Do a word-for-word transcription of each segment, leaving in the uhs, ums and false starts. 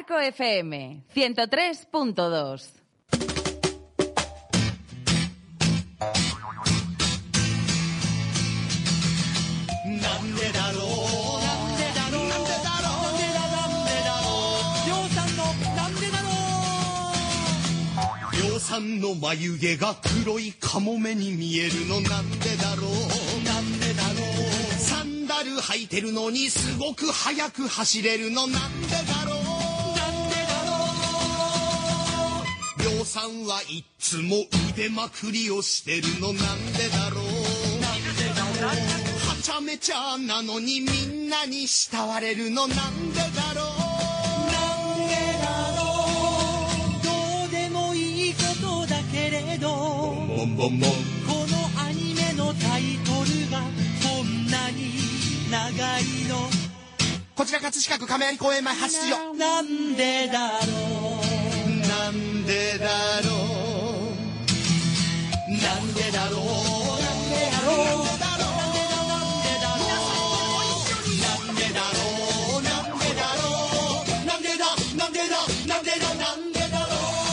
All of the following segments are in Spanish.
Arco F M, ciento tres punto dos. さんの眉毛が黒いカモメに見えるのなんでだろうなんでだろうサンダル履いてるのにすごく速く走れるのなんでだろうなんでだろうりょうさんはいっつも腕まくりをしてるのなんでだろうなんでだろうはちゃめちゃなのにみんなに慕われるのなんでだろうボンボンボンこのアニメのタイトルがこんなに長いのこちら葛飾区亀有公園前発出所なんでだろうなんでだろうなんでだろうなんでだろうなんでだろうなんでだろうなんでだろうなんでだなんでだなんでだなんでだ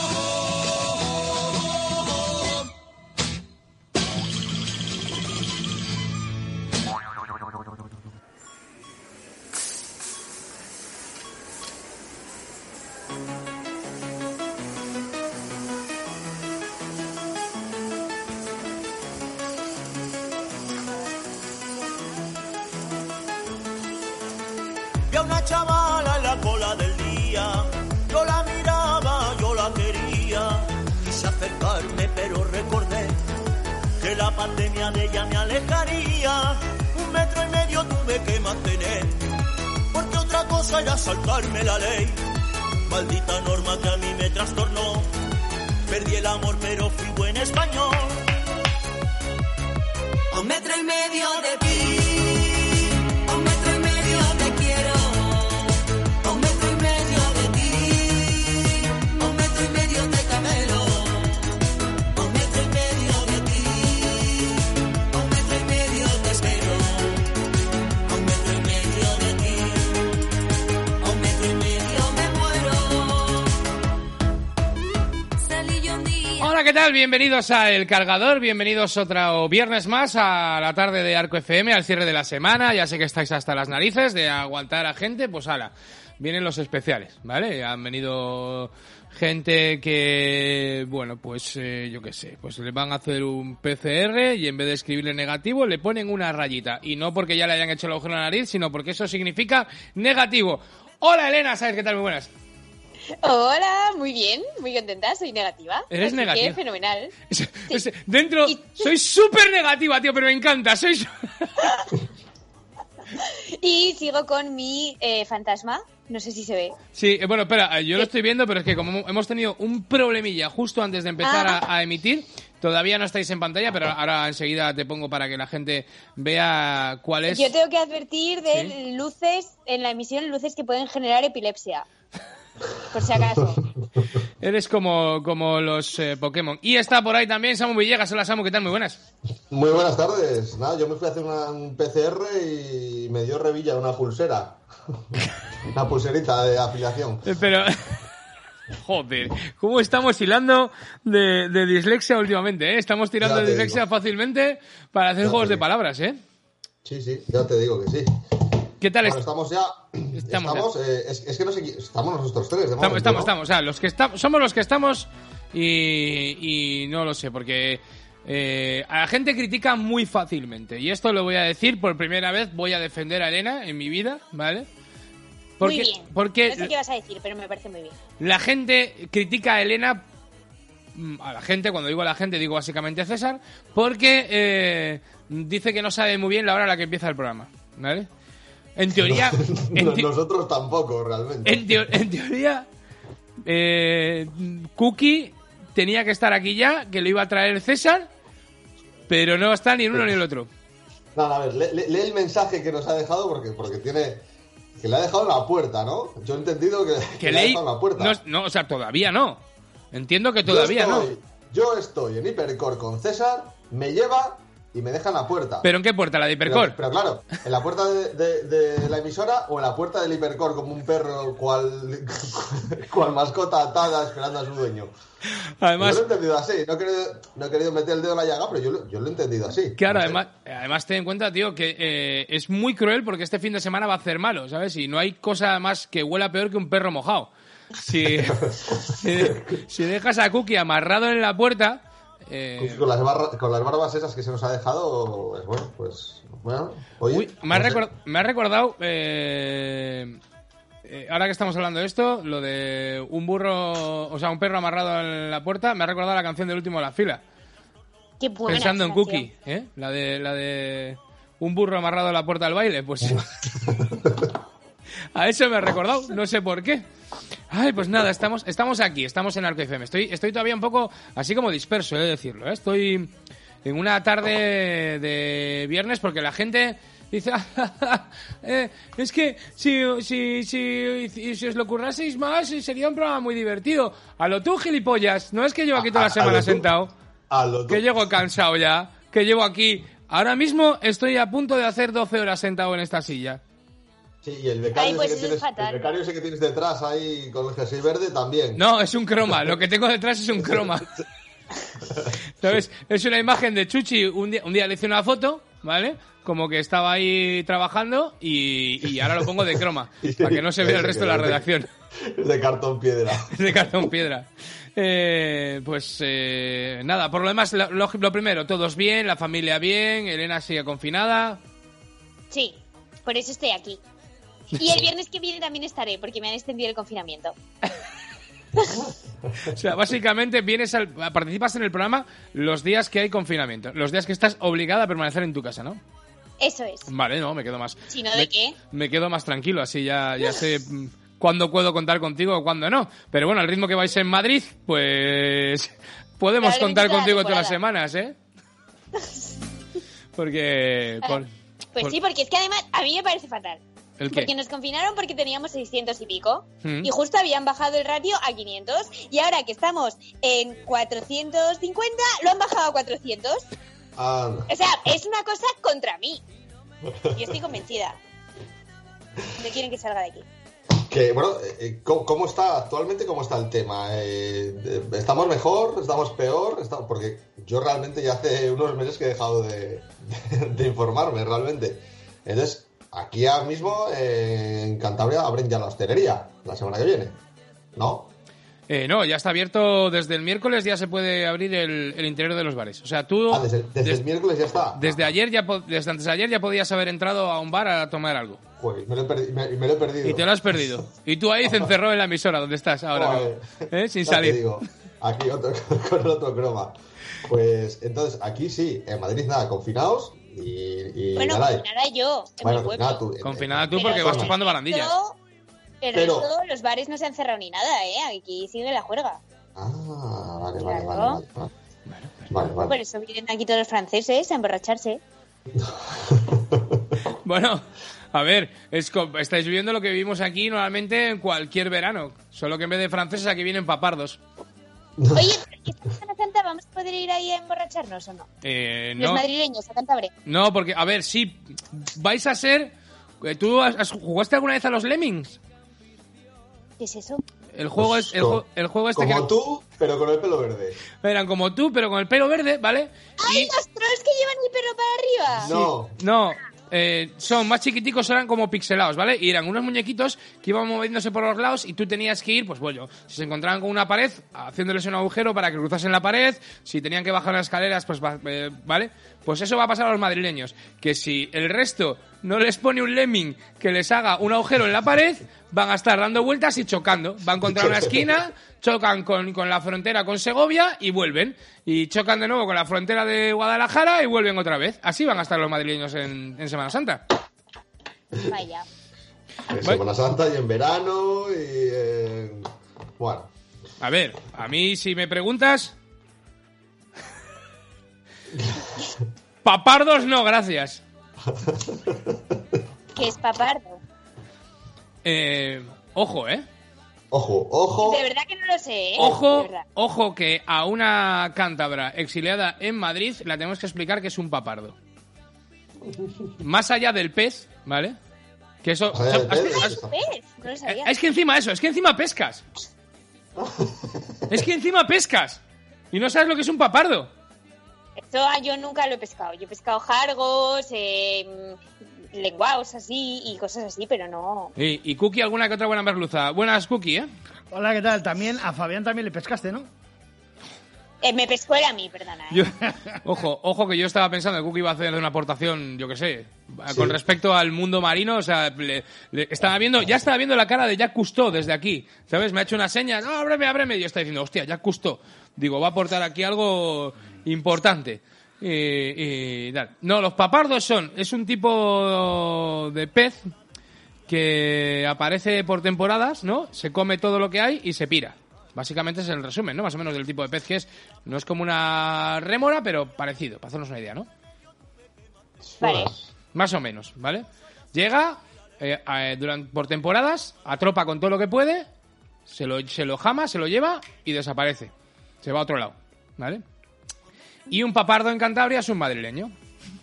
Vi a una chavala en la cola del día, yo la miraba, yo la quería, quise acercarme pero recordé que la pandemia de ella me alejaría, un metro y medio tuve que mantener, porque otra cosa era saltarme la ley, maldita norma que a mí me trastornó, perdí el amor pero fui buen español, a un metro y medio de ti. Hola, ¿qué tal? Bienvenidos a El Cargador, bienvenidos otro viernes más a la tarde de Arco F M, al cierre de la semana. Ya sé que estáis hasta las narices de aguantar a gente, pues ala, vienen los especiales, ¿vale? Han venido gente que, bueno, pues eh, yo qué sé, pues le van a hacer un P C R y en vez de escribirle negativo le ponen una rayita. Y no porque ya le hayan hecho el agujero en la nariz, sino porque eso significa negativo. Hola Elena, ¿sabes qué tal? Muy buenas. Hola, muy bien, muy contenta, soy negativa. Eres negativa. Qué fenomenal. Sí. Dentro, y... soy súper negativa, tío, pero me encanta, soy... Y sigo con mi eh, fantasma, no sé si se ve. Sí, bueno, espera, yo lo estoy viendo, pero es que como hemos tenido un problemilla justo antes de empezar ah. a, a emitir, todavía no estáis en pantalla, pero ahora enseguida te pongo para que la gente vea cuál es. Yo tengo que advertir de ¿Sí? luces, en la emisión, luces que pueden generar epilepsia. Por si acaso. Eres como, como los eh, Pokémon. Y está por ahí también Samu Villegas. Hola Samu, ¿qué tal? Muy buenas. Muy buenas tardes. Nada, yo me fui a hacer una, un P C R y me dio revilla una pulsera. Una pulserita de afiliación. Pero... Joder, ¿cómo estamos hilando de, de dislexia últimamente, eh? Estamos tirando de dislexia digo. fácilmente para hacer ya juegos de palabras, ¿eh? Sí, sí, ya te digo que sí. ¿Qué tal? Bueno, estamos ya. Estamos, estamos ya. Eh, es, es que no sé, estamos nosotros tres. Estamos, momento, estamos, ¿no? estamos. O sea, los que estamos, somos los que estamos y, y no lo sé, porque eh, a la gente critica muy fácilmente. Y esto lo voy a decir por primera vez. Voy a defender a Elena en mi vida, ¿vale? Porque, muy bien. Porque no sé qué vas a decir, pero me parece muy bien. La gente critica a Elena. A la gente, cuando digo a la gente, digo básicamente a César, porque eh, dice que no sabe muy bien la hora a la que empieza el programa, ¿vale? En teoría... No, en te- nosotros tampoco, realmente. En, teo- en teoría, eh, Cookie tenía que estar aquí ya, que lo iba a traer César, pero no está ni el uno ni el otro. No, a ver, lee, lee el mensaje que nos ha dejado porque, porque tiene... Que le ha dejado en la puerta, ¿no? Yo he entendido que, que, que le ha dejado en la puerta. No, no, o sea, todavía no. Entiendo que todavía yo estoy, no. Yo estoy en Hipercore con César, me lleva y me deja en la puerta. ¿Pero en qué puerta? ¿La de Hipercor? Pero, pero claro, ¿en la puerta de, de, de la emisora o en la puerta del Hipercor como un perro cual, cual mascota atada esperando a su dueño? Además, yo lo he entendido así, no he querido, no he querido meter el dedo en la llaga, pero yo, lo- yo lo he entendido así. claro, No sé. además, además ten en cuenta, tío, que eh, es muy cruel porque este fin de semana va a hacer malo, ¿sabes? Y no hay cosa más que huela peor que un perro mojado. Si, si, si dejas a Cookie amarrado en la puerta... eh, Pues con, las barra- con las barbas esas que se nos ha dejado, pues bueno, pues bueno, oye, Uy, me ha, no sé. record- me ha recordado, eh, eh, ahora que estamos hablando de esto, lo de un burro, o sea, un perro amarrado en la puerta, me ha recordado la canción del último de la fila. Qué buena Pensando en esa Cookie, canción. ¿eh? La de, la de un burro amarrado a la puerta del baile, pues... A eso me ha recordado, no sé por qué. Ay, pues nada, estamos, estamos aquí, estamos en Arco F M. Estoy, estoy todavía un poco así como disperso, he de decirlo, ¿eh? Estoy en una tarde de viernes porque la gente dice, "Ah, eh, es que si, si, si, si os lo curraseis más sería un programa muy divertido. A lo tú, gilipollas, no es que llevo aquí toda la A- a- a semana lo tú. sentado, A lo que tú. llego cansado ya, que llevo aquí... Ahora mismo estoy a punto de hacer doce horas sentado en esta silla. Sí, y el becario, Ay, pues ese, que eso es tienes, fatal. el becario ese que tienes detrás ahí con el jersey verde también. No, es un croma. Lo que tengo detrás es un croma. ¿Sabes? Es una imagen de Chuchi. Un día, un día le hice una foto, ¿vale? Como que estaba ahí trabajando y, y ahora lo pongo de croma. Para que no se vea el resto de la redacción. Es de cartón piedra. Es de cartón piedra. Eh, pues eh, nada, por lo demás, lo, lo- lo primero, todos bien, la familia bien, Elena sigue confinada. Sí, por eso estoy aquí. Y el viernes que viene también estaré, porque me han extendido el confinamiento. O sea, básicamente vienes al, participas en el programa los días que hay confinamiento, los días que estás obligada a permanecer en tu casa, ¿no? Eso es. Vale, no, me quedo más. Si no, ¿de me, qué? Me quedo más tranquilo, así ya, ya sé mm, cuándo puedo contar contigo o cuándo no. Pero bueno, al ritmo que vais en Madrid, pues podemos Probablemente contar toda la contigo todas las temporada. semanas, ¿eh? Porque... por- Pues por- sí, porque es que además a mí me parece fatal. ¿El qué? Porque nos confinaron porque teníamos seiscientos y pico. Mm. Y justo habían bajado el ratio a quinientos. Y ahora que estamos en cuatrocientos cincuenta, lo han bajado a cuatrocientos. Anda. O sea, es una cosa contra mí. Yo estoy convencida. No quieren que salga de aquí. Que, bueno, eh, ¿cómo, cómo está actualmente? ¿Cómo está el tema? Eh, eh, ¿Estamos mejor? ¿Estamos peor? Estamos- porque yo realmente ya hace unos meses que he dejado de, de- de informarme, realmente. Entonces, aquí ahora mismo eh, en Cantabria abren ya la hostelería la semana que viene, ¿no? Eh, no, ya está abierto desde el miércoles, ya se puede abrir el, el interior de los bares. O sea, tú Ah, desde, desde des- el miércoles ya está. desde ayer ya po- desde antes de ayer ya podías haber entrado a un bar a tomar algo. Joder, me lo he, perdi- me- me lo he perdido. Y te lo has perdido. Y tú ahí te encerró en la emisora donde estás ahora Joder. mismo, ¿eh? Sin Ya te salir. digo, aquí otro, con el otro croma. Pues entonces, aquí sí, en Madrid nada, confinados y, y Bueno, nada. confinada yo, en Bueno, mi pueblo. confinada tú. Confinada tú Pero porque vas el chupando barandillas. resto- El Pero- resto, los bares no se han cerrado ni nada, ¿eh? Aquí sigue la juerga. Ah, vale, vale, Claro. vale, vale, vale. Vale, Por vale. eso vienen aquí todos los franceses a emborracharse. Bueno, a ver, es co- estáis viviendo lo que vivimos aquí normalmente en cualquier verano. Solo que en vez de franceses aquí vienen papardos. Oye, ¿y esta Semana Santa vamos a poder ir ahí a emborracharnos o no? Eh, Los no, madrileños, a Cantabria. no, porque, a ver, sí, vais a ser... eh, ¿Tú has- has- jugaste alguna vez a los Lemmings? ¿Qué es eso? El juego es el, Como- ju- el juego este Como que tú, pero con el pelo verde. eran como tú, pero con el pelo verde, ¿vale? ¡Ay, Y los trolls que llevan el perro para arriba! No. no, eh, son más chiquiticos, eran como pixelados, ¿vale? Y eran unos muñequitos que iban moviéndose por los lados y tú tenías que ir, pues bueno, si se encontraban con una pared, haciéndoles un agujero para que cruzasen la pared, si tenían que bajar las escaleras, pues va- eh, ¿vale? Pues eso va a pasar a los madrileños, que si el resto no les pone un lemming que les haga un agujero en la pared, van a estar dando vueltas y chocando. Van contra una esquina, chocan con, con la frontera con Segovia y vuelven. Y chocan de nuevo con la frontera de Guadalajara y vuelven otra vez. Así van a estar los madrileños en, en Semana Santa. Vaya. En Semana Santa y en verano y... eh, bueno. A ver, a mí si me preguntas... Papardos no, gracias. ¿Qué es papardo? Eh, ojo, ¿eh? Ojo, ojo. De verdad que no lo sé, ¿eh? Ojo, ojo que a una cántabra exiliada en Madrid la tenemos que explicar que es un papardo. Más allá del pez, ¿vale? Que eso... Más allá del pez, Ah, es- es pez, no lo sabía. Es que encima eso, es que encima pescas. Es que encima pescas. Y no sabes lo que es un papardo. Esto ah, yo nunca lo he pescado. Yo he pescado jargos, eh, lenguaos así y cosas así, pero no... Y, y Cookie, alguna que otra buena merluza. Buenas, Cookie, ¿eh? Hola, ¿qué tal? También a Fabián también le pescaste, ¿no? Eh, me pescó él a mí, perdona. ¿eh? Yo- ojo, ojo que yo estaba pensando que Cookie iba a hacer una aportación, yo que sé, Sí. con respecto al mundo marino, o sea, le- le- estaba viendo, ya estaba viendo la cara de Jacques Cousteau desde aquí, ¿sabes? Me ha hecho una seña, no, ábreme, ábreme, y yo estaba diciendo, hostia, Jacques Cousteau, digo, va a aportar aquí algo importante. Y, y tal. No, los papardos son, es un tipo de pez que aparece por temporadas, ¿no? Se come todo lo que hay y se pira. Básicamente es el resumen, ¿no? Más o menos del tipo de pez que es. No es como una rémora, pero parecido, para hacernos una idea, ¿no? Vale. Más o menos, ¿vale? Llega eh, a- durante, por temporadas, atropa con todo lo que puede, se lo, se lo jama, se lo lleva y desaparece. Se va a otro lado, ¿vale? Y un papardo en Cantabria es un madrileño.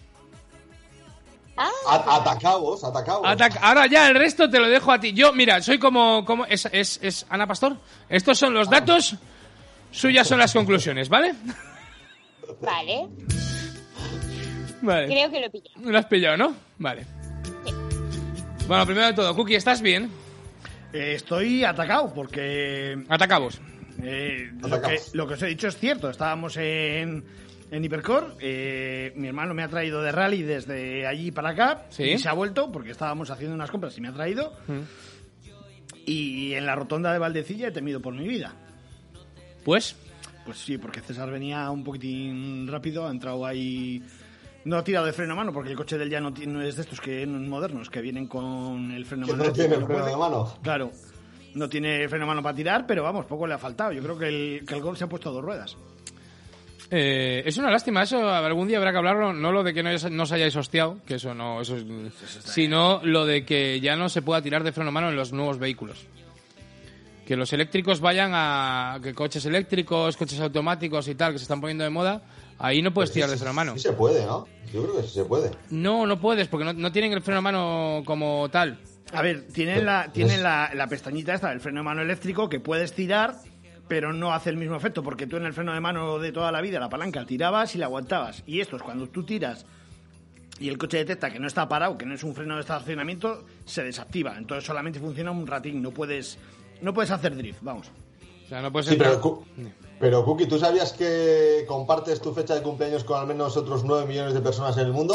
Ah, A- Atacaos, atacaos. Ataca- Ahora ya el resto te lo dejo a ti. Yo, mira, soy como... como es, es, es Ana Pastor. Estos son los datos, suyas son las conclusiones, ¿vale? vale. Vale. Creo que lo he pillado. Lo has pillado, ¿no? Vale. Bueno, primero de todo, Cookie, ¿estás bien? Eh, estoy atacado porque Atacabos. eh, lo, que, Atacamos. lo que os he dicho es cierto. Estábamos en, en Hipercore. Eh, mi hermano me ha traído de rally desde allí para acá. Sí. Y se ha vuelto porque estábamos haciendo unas compras y me ha traído. Y en la rotonda de Valdecilla he temido por mi vida. Pues... Pues sí, porque César venía un poquitín rápido, ha entrado ahí... No ha tirado de freno a mano porque el coche del ya no, ti- no es de estos que modernos que vienen con el freno a Que mano. no tiene no freno puede. de mano. Claro, no tiene freno a mano para tirar, pero vamos, poco le ha faltado. Yo creo que el, que el Golf se ha puesto a dos ruedas. Eh, es una lástima eso, algún día habrá que hablarlo, no lo de que no, os- no os hayáis hostiado, que eso no, eso es, sino lo de que ya no se pueda tirar de freno a mano en los nuevos vehículos. Que los eléctricos vayan a, que coches eléctricos, coches automáticos y tal, que se están poniendo de moda, ahí no puedes Sí, tirar sí, de freno a mano. Sí se puede, ¿no? Yo creo que sí se puede. No, no puedes, porque no, no tienen el freno a mano como tal. A ver, tienen la, tienen la, la pestañita esta del freno de mano eléctrico que puedes tirar, pero no hace el mismo efecto, porque tú en el freno de mano de toda la vida, la palanca, tirabas y la aguantabas. Y esto es cuando tú tiras y el coche detecta que no está parado, que no es un freno de estacionamiento, se desactiva. Entonces solamente funciona un ratín, no puedes, no puedes hacer drift, vamos. O sea, no puedes Sí, entrar- pero, Cu- pero Cookie, ¿tú sabías que compartes tu fecha de cumpleaños con al menos otros nueve millones de personas en el mundo?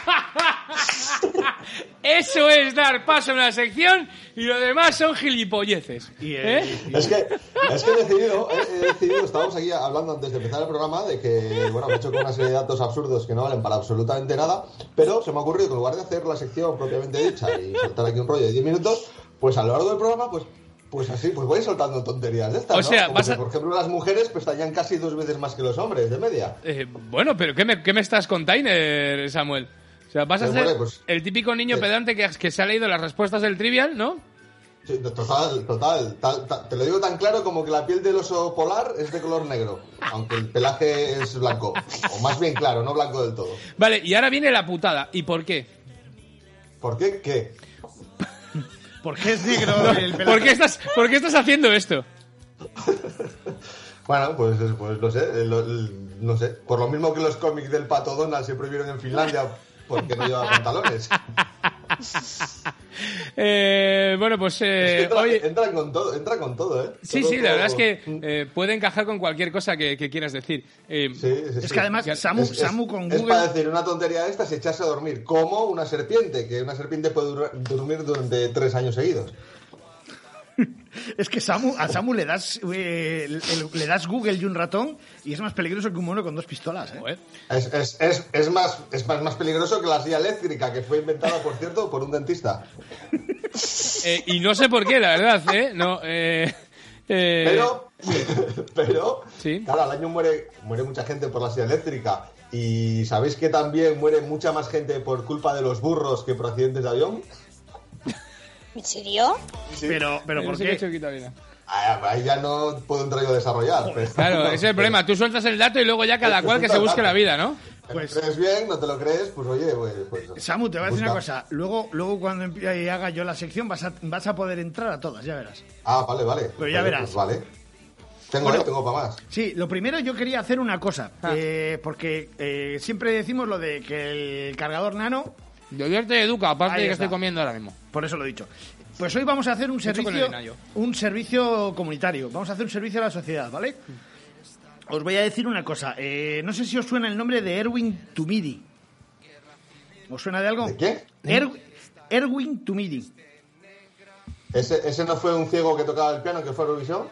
Eso es dar paso a una sección y lo demás son gilipolleces. Y, eh, ¿Eh? y- Es que, es que he decidido, he, he decidido, estábamos aquí hablando antes de empezar el programa, de que, bueno, me he hecho con una serie de datos absurdos que no valen para absolutamente nada, pero se me ha ocurrido que en lugar de hacer la sección propiamente dicha y soltar aquí un rollo de diez minutos, pues a lo largo del programa, pues pues así, pues voy soltando tonterías de estas, O ¿no? sea, Como vas que, a- por ejemplo, las mujeres pestañan casi dos veces más que los hombres, de media. Eh, bueno, pero ¿qué me, qué me estás container, Samuel? O sea, vas a Pero, ser hombre, pues- el típico niño Sí. pedante que, que se ha leído las respuestas del trivial, ¿no? Sí, total, total, tal- tal- te lo digo tan claro como que la piel del oso polar es de color negro, aunque el pelaje es blanco, o más bien claro, no blanco del todo. Vale, y ahora viene la putada. ¿Y por qué? ¿Por qué? ¿Qué? ¿Por qué es negro el pelaje? ¿Por qué estás, por qué estás haciendo esto? Bueno, pues, pues no sé, eh, lo- el- no sé, por lo mismo que los cómics del Pato Donald se prohibieron en Finlandia porque no lleva pantalones. Eh, bueno, pues Es eh, que entra, oye, entra con todo, entra con todo, ¿eh? sí, Todo- sí, la todo- verdad es que eh, puede encajar con cualquier cosa que, que quieras decir. Eh, Sí, sí, Es sí. que además Ya- Samu, Es- es- Samu con es Google... para decir una tontería de estas y echarse a dormir, como una serpiente, que una serpiente puede durar- dormir durante tres años seguidos. Es que Samu, a Samu le das eh, el- el- le das Google y un ratón y es más peligroso que un mono con dos pistolas, ¿eh? joder. Es, es, es, es, más, es más, más peligroso que la silla eléctrica, que fue inventada, por cierto, por un dentista. Eh, y no sé por qué, la verdad, ¿eh? No, eh, eh, Pero, pero Sí. claro, al año muere, muere mucha gente por la silla eléctrica. Y ¿sabéis que también muere mucha más gente por culpa de los burros que por accidentes de avión? ¿En serio? Sí. Pero, pero ¿por sí que he hecho qué? quita vida. Ahí ya no puedo entrar yo a desarrollar. Pero... Claro, ese es el problema. Tú sueltas el dato y luego ya cada cual que se busque la vida, ¿no? Pues, ¿te lo crees bien? ¿No te lo crees? Pues oye, pues... pues Samu, te voy a decir busca. una cosa. Luego, luego cuando empie- haga yo la sección vas a, vas a poder entrar a todas, ya verás. Ah, vale, vale. Pero ya Vale, verás. pues vale. Tengo, Bueno. eh, tengo para más. Sí, lo primero yo quería hacer una cosa. Ah. eh, porque eh, siempre decimos lo de que el cargador nano... Divierte y educa, aparte Ahí de que está. estoy comiendo ahora mismo. Por eso lo he dicho. Pues hoy vamos a hacer un Hecho con servicio, el enayo. un servicio comunitario. Vamos a hacer un servicio a la sociedad, ¿vale? Os voy a decir una cosa. Eh, no sé si os suena el nombre de Erwin Tumidi. ¿Os suena de algo? ¿De qué? Er- Erwin Tumidi. ¿Ese, ¿Ese no fue un ciego que tocaba el piano que fue a Eurovisión?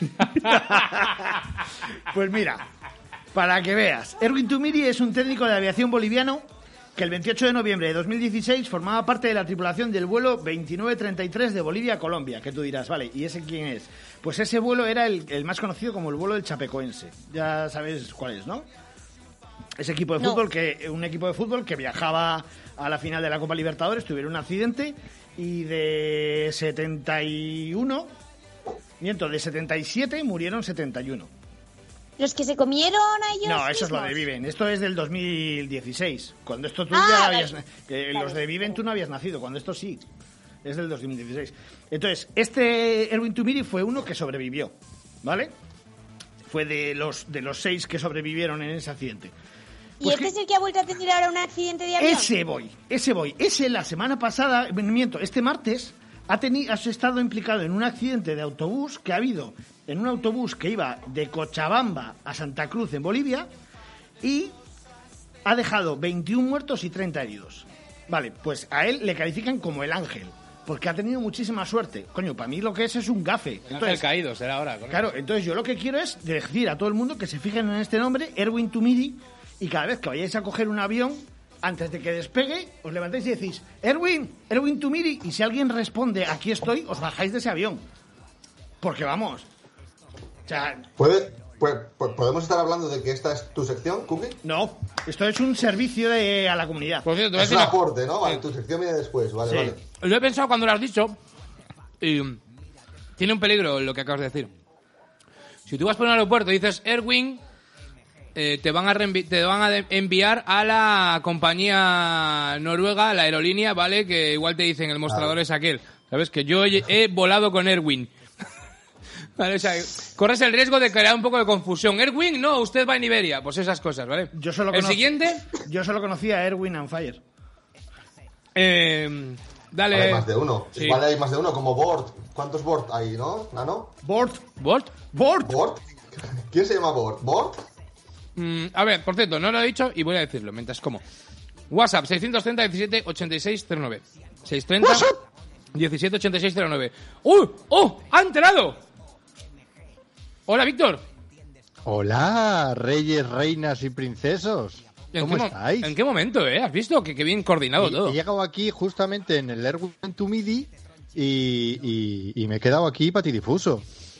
Pues mira, para que veas. Erwin Tumidi es un técnico de aviación boliviano que el veintiocho de noviembre de dos mil dieciséis formaba parte de la tripulación del vuelo veintinueve treinta y tres de Bolivia a Colombia. Que tú dirás, vale, ¿y ese quién es? Pues ese vuelo era el, el más conocido como el vuelo del Chapecoense. Ya sabes cuál es, ¿no? Ese equipo de No. fútbol, que un equipo de fútbol que viajaba a la final de la Copa Libertadores, tuvieron un accidente y de setenta y uno, miento, de setenta y siete murieron setenta y uno. ¿Los que se comieron a ellos No, eso es lo mismos? de Viven. Esto es del dos mil dieciséis. Cuando esto tú Ah, ya vale. habías... na- que Vale. Los de Viven tú no habías nacido, cuando esto sí. Es del dos mil dieciséis. Entonces, este Erwin Tumiri fue uno que sobrevivió, ¿vale? Fue de los, de los seis que sobrevivieron en ese accidente. ¿Y Pues este que- es el que ha vuelto a tener ahora un accidente de avión? Ese voy, ese voy. Ese la semana pasada, miento, este martes, ha teni- has estado implicado en un accidente de autobús que ha habido en un autobús que iba de Cochabamba a Santa Cruz en Bolivia y ha dejado veintiún muertos y treinta heridos. Vale, pues a él le califican como el ángel, porque ha tenido muchísima suerte. Coño, para mí lo que es es un gafe. Ángel Entonces, caído será ahora. con claro, entonces yo lo que quiero es decir a todo el mundo que se fijen en este nombre, Erwin Tumidi, y cada vez que vayáis a coger un avión, antes de que despegue, os levantáis y decís, Erwin, Erwin Tumidi, y si alguien responde, aquí estoy, os bajáis de ese avión. Porque vamos. O sea, ¿Puede, pu- pu- ¿Podemos estar hablando de que esta es tu sección, Cookie? no, esto es un servicio de, a la comunidad. Por cierto, te voy a Es decir un una- aporte, ¿no? Vale, tu sección viene después, vale, Sí. vale. Lo he pensado cuando lo has dicho y mm, tiene un peligro lo que acabas de decir. Si tú vas por un aeropuerto y dices Erwin, eh, te van a reenvi- te van a de- enviar a la compañía noruega, la aerolínea, ¿vale? Que igual te dicen el mostrador es aquel. ¿Sabes? Que yo he, he volado con Erwin. Vale, o sea, corres el riesgo de crear un poco de confusión. Erwin, no, usted va en Iberia. Pues esas cosas, ¿vale? Yo solo el conoc- siguiente, Yo solo conocía a Erwin and Fire. eh, dale. Hay más de uno. Sí. Vale, hay más de uno, como Bort. ¿Cuántos Bort hay, no? ¿Nano? Bort, ¿Bort? Bort. ¿Bort? ¿Quién se llama Bort? ¿Bort? Mm, a ver, por cierto, no lo he dicho y voy a decirlo mientras como. WhatsApp seiscientos treinta diecisiete ochenta y seis cero nueve. seiscientos treinta diecisiete ochenta y seis cero nueve. ¡Uh! ¡Oh! ¡Ha enterado! Hola, Víctor. Hola, reyes, reinas y princesos. ¿En ¿Cómo qué mo- estáis? ¿En qué momento, eh? ¿Has visto? Que, que bien coordinado Y- todo. He llegado aquí justamente en el Erwin Tumidi y, y, y me he quedado aquí patidifuso.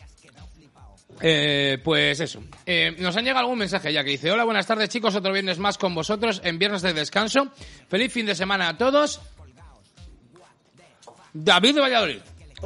Eh, pues eso. Eh, nos han llegado algún mensaje ya que dice: hola, buenas tardes, chicos. Otro viernes más con vosotros en viernes de descanso. Feliz fin de semana a todos. David de Valladolid.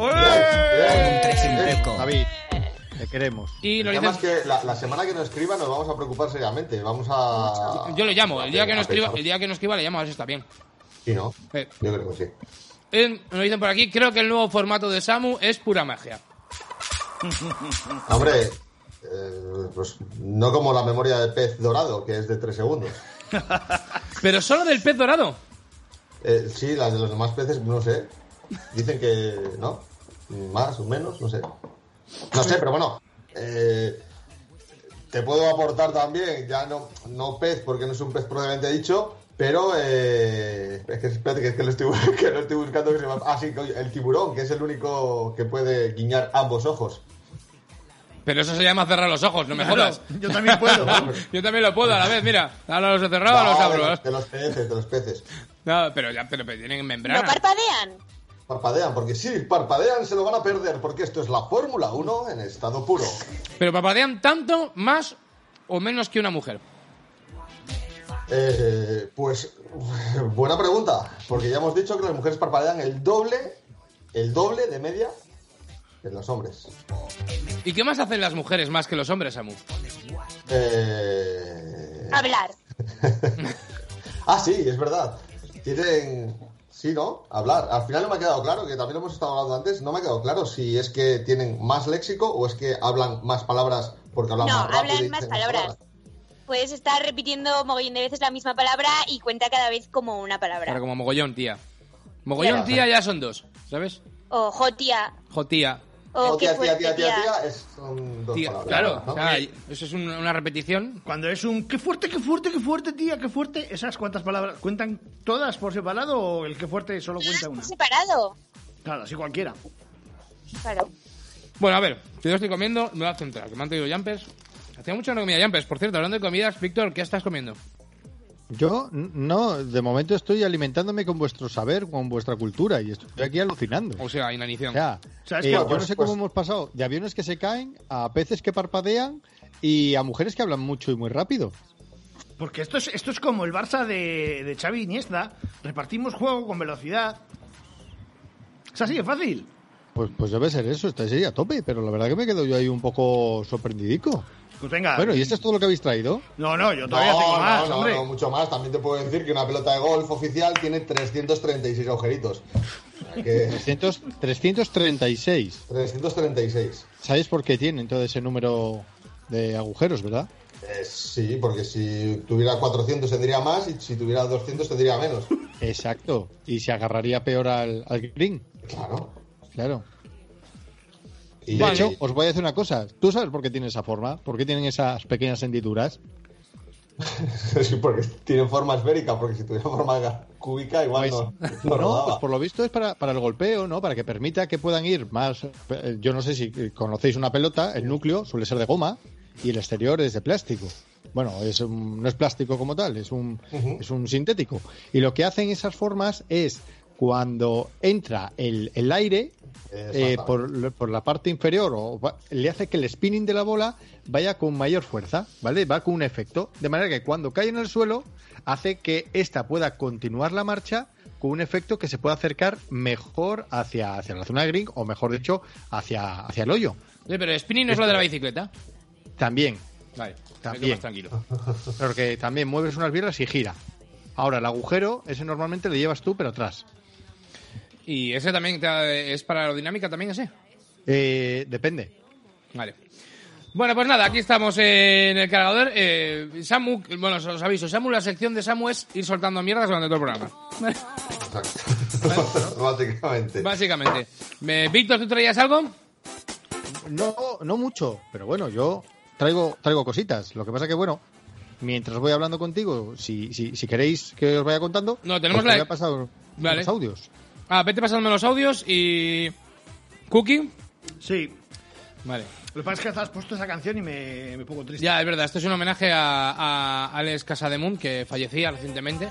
David, te queremos. Y nos Además dicen... que la, la semana que nos escriba nos vamos a preocupar seriamente. Vamos a... Yo lo llamo. El día que no a escriba, pensar. el día que no escriba le llamo a ver si está bien. Sí, ¿no? Eh. Yo creo que sí. Eh, nos dicen por aquí, creo que el nuevo formato de Samu es pura magia. Hombre, eh, pues no como la memoria de pez dorado, que es de tres segundos. Pero solo del pez dorado. Eh, sí, las de los demás peces, no sé. Dicen que no. Más o menos, no sé. No sé, pero bueno. Eh, te puedo aportar también, ya no, no pez, porque no es un pez propiamente dicho, pero eh, es que espérate, que es que lo estoy, que lo estoy buscando. Que se llama, ah, sí, el tiburón, que es el único que puede guiñar ambos ojos. Pero eso se llama cerrar los ojos, no me Claro, jodas. yo también puedo. Yo también lo puedo a la vez, mira. Ahora los he cerrado, No, los de, abro. los, de los peces, de los peces. No, pero ya, pero, pero tienen membrana. ¿No parpadean? Parpadean, porque sí, parpadean, se lo van a perder, porque esto es la Fórmula uno en estado puro. Pero parpadean tanto, más o menos que una mujer. Eh, pues, buena pregunta, porque ya hemos dicho que las mujeres parpadean el doble, el doble de media. que los hombres. ¿Y qué más hacen las mujeres más que los hombres, Samu? Eh... Hablar. ah, sí, es verdad. Tienen... Sí, ¿no? Hablar. Al final no me ha quedado claro, que también lo hemos estado hablando antes, no me ha quedado claro si es que tienen más léxico o es que hablan más palabras porque hablan No, más rápido. hablan y más dicen palabras. Puedes estar repitiendo mogollón de veces la misma palabra y cuenta cada vez como una palabra. Claro, como mogollón, tía. Mogollón, Claro. tía, ya son dos, ¿sabes? O jotia. Jotía. O Oh, qué tía, tía, fuerte, tía, tía, tía. tía, es, son dos Tía, palabras. claro, ¿no? o sea, eso es un- una repetición. Cuando es un qué fuerte, qué fuerte, qué fuerte, tía, qué fuerte, ¿esas cuántas palabras cuentan todas por separado o el qué fuerte solo cuenta una? Separado. Claro, así cualquiera. Claro. Bueno, a ver, que yo estoy comiendo, me voy a centrar, que me han traído jumpers. Hacía mucho que no comía jumpers. Por cierto, hablando de comidas, Víctor, ¿qué estás comiendo? Yo n- no, de momento estoy alimentándome con vuestro saber, con vuestra cultura y estoy aquí alucinando. O sea, inanición. O sea, ¿Sabes eh, qué? yo Pues- no sé pues- cómo hemos pasado de aviones que se caen a peces que parpadean y a mujeres que hablan mucho y muy rápido. Porque esto es, esto es como el Barça de, de Xavi Iniesta. Repartimos juego con velocidad. Es así de fácil. Pues, pues debe ser eso, está ahí a tope, pero la verdad que me quedo yo ahí un poco sorprendidico. Pues venga. Bueno, ¿y esto es todo lo que habéis traído? No, no, yo todavía tengo no, más, no, hombre. no, mucho más. También te puedo decir que una pelota de golf oficial tiene trescientos treinta y seis agujeritos. O sea que... trescientos, trescientos treinta y seis. trescientos treinta y seis. ¿Sabéis por qué tienen todo ese número de agujeros, verdad? Eh, sí, porque si tuviera cuatrocientos tendría más y si tuviera doscientos tendría menos. Exacto. Y se agarraría peor al, al green. Claro. Claro. Y De hecho, os voy a decir una cosa. ¿Tú sabes por qué tiene esa forma? ¿Por qué tienen esas pequeñas hendiduras? sí, porque tienen forma esférica, porque si tuviera forma cúbica igual no, no, No, rodaba. pues por lo visto es para, para el golpeo, ¿no? Para que permita que puedan ir más... eh, Yo no sé si conocéis una pelota, el núcleo suele ser de goma y el exterior es de plástico. Bueno, es un- no es plástico como tal, es un, Ujú. es un sintético. Y lo que hacen esas formas es cuando entra el, el aire eh, Exactamente. por, por la parte inferior o va- le hace que el spinning de la bola vaya con mayor fuerza, ¿vale? Va con un efecto, de manera que cuando cae en el suelo hace que ésta pueda continuar la marcha con un efecto que se pueda acercar mejor hacia, hacia la zona de green o mejor dicho hacia, hacia el hoyo. Oye, pero el spinning no es lo de la bicicleta. También, Vale, También. me quedo más tranquilo. porque también mueves unas bierras y gira. Ahora, el agujero, ese normalmente lo llevas tú, pero atrás. ¿Y ese también te- es para aerodinámica también ese? Eh, depende. Vale. Bueno, pues nada, aquí estamos en el cargador. Eh, Samu, bueno, os aviso, Samu, la sección de Samu es ir soltando mierdas durante todo el programa. Exacto. Básicamente. Básicamente. Eh, Víctor, ¿tú traías algo? No, no mucho, pero bueno, yo traigo, traigo cositas. Lo que pasa que, bueno, mientras voy hablando contigo, si, si, si queréis que os vaya contando, No, tenemos os la- voy a pasar Vale. los audios. Ah, vete pasándome los audios y... ¿Cookie? Sí. Vale. Lo que pasa es que has puesto esa canción y me, me pongo triste. Ya, es verdad, esto es un homenaje a, a Alex Casademunt, que fallecía recientemente.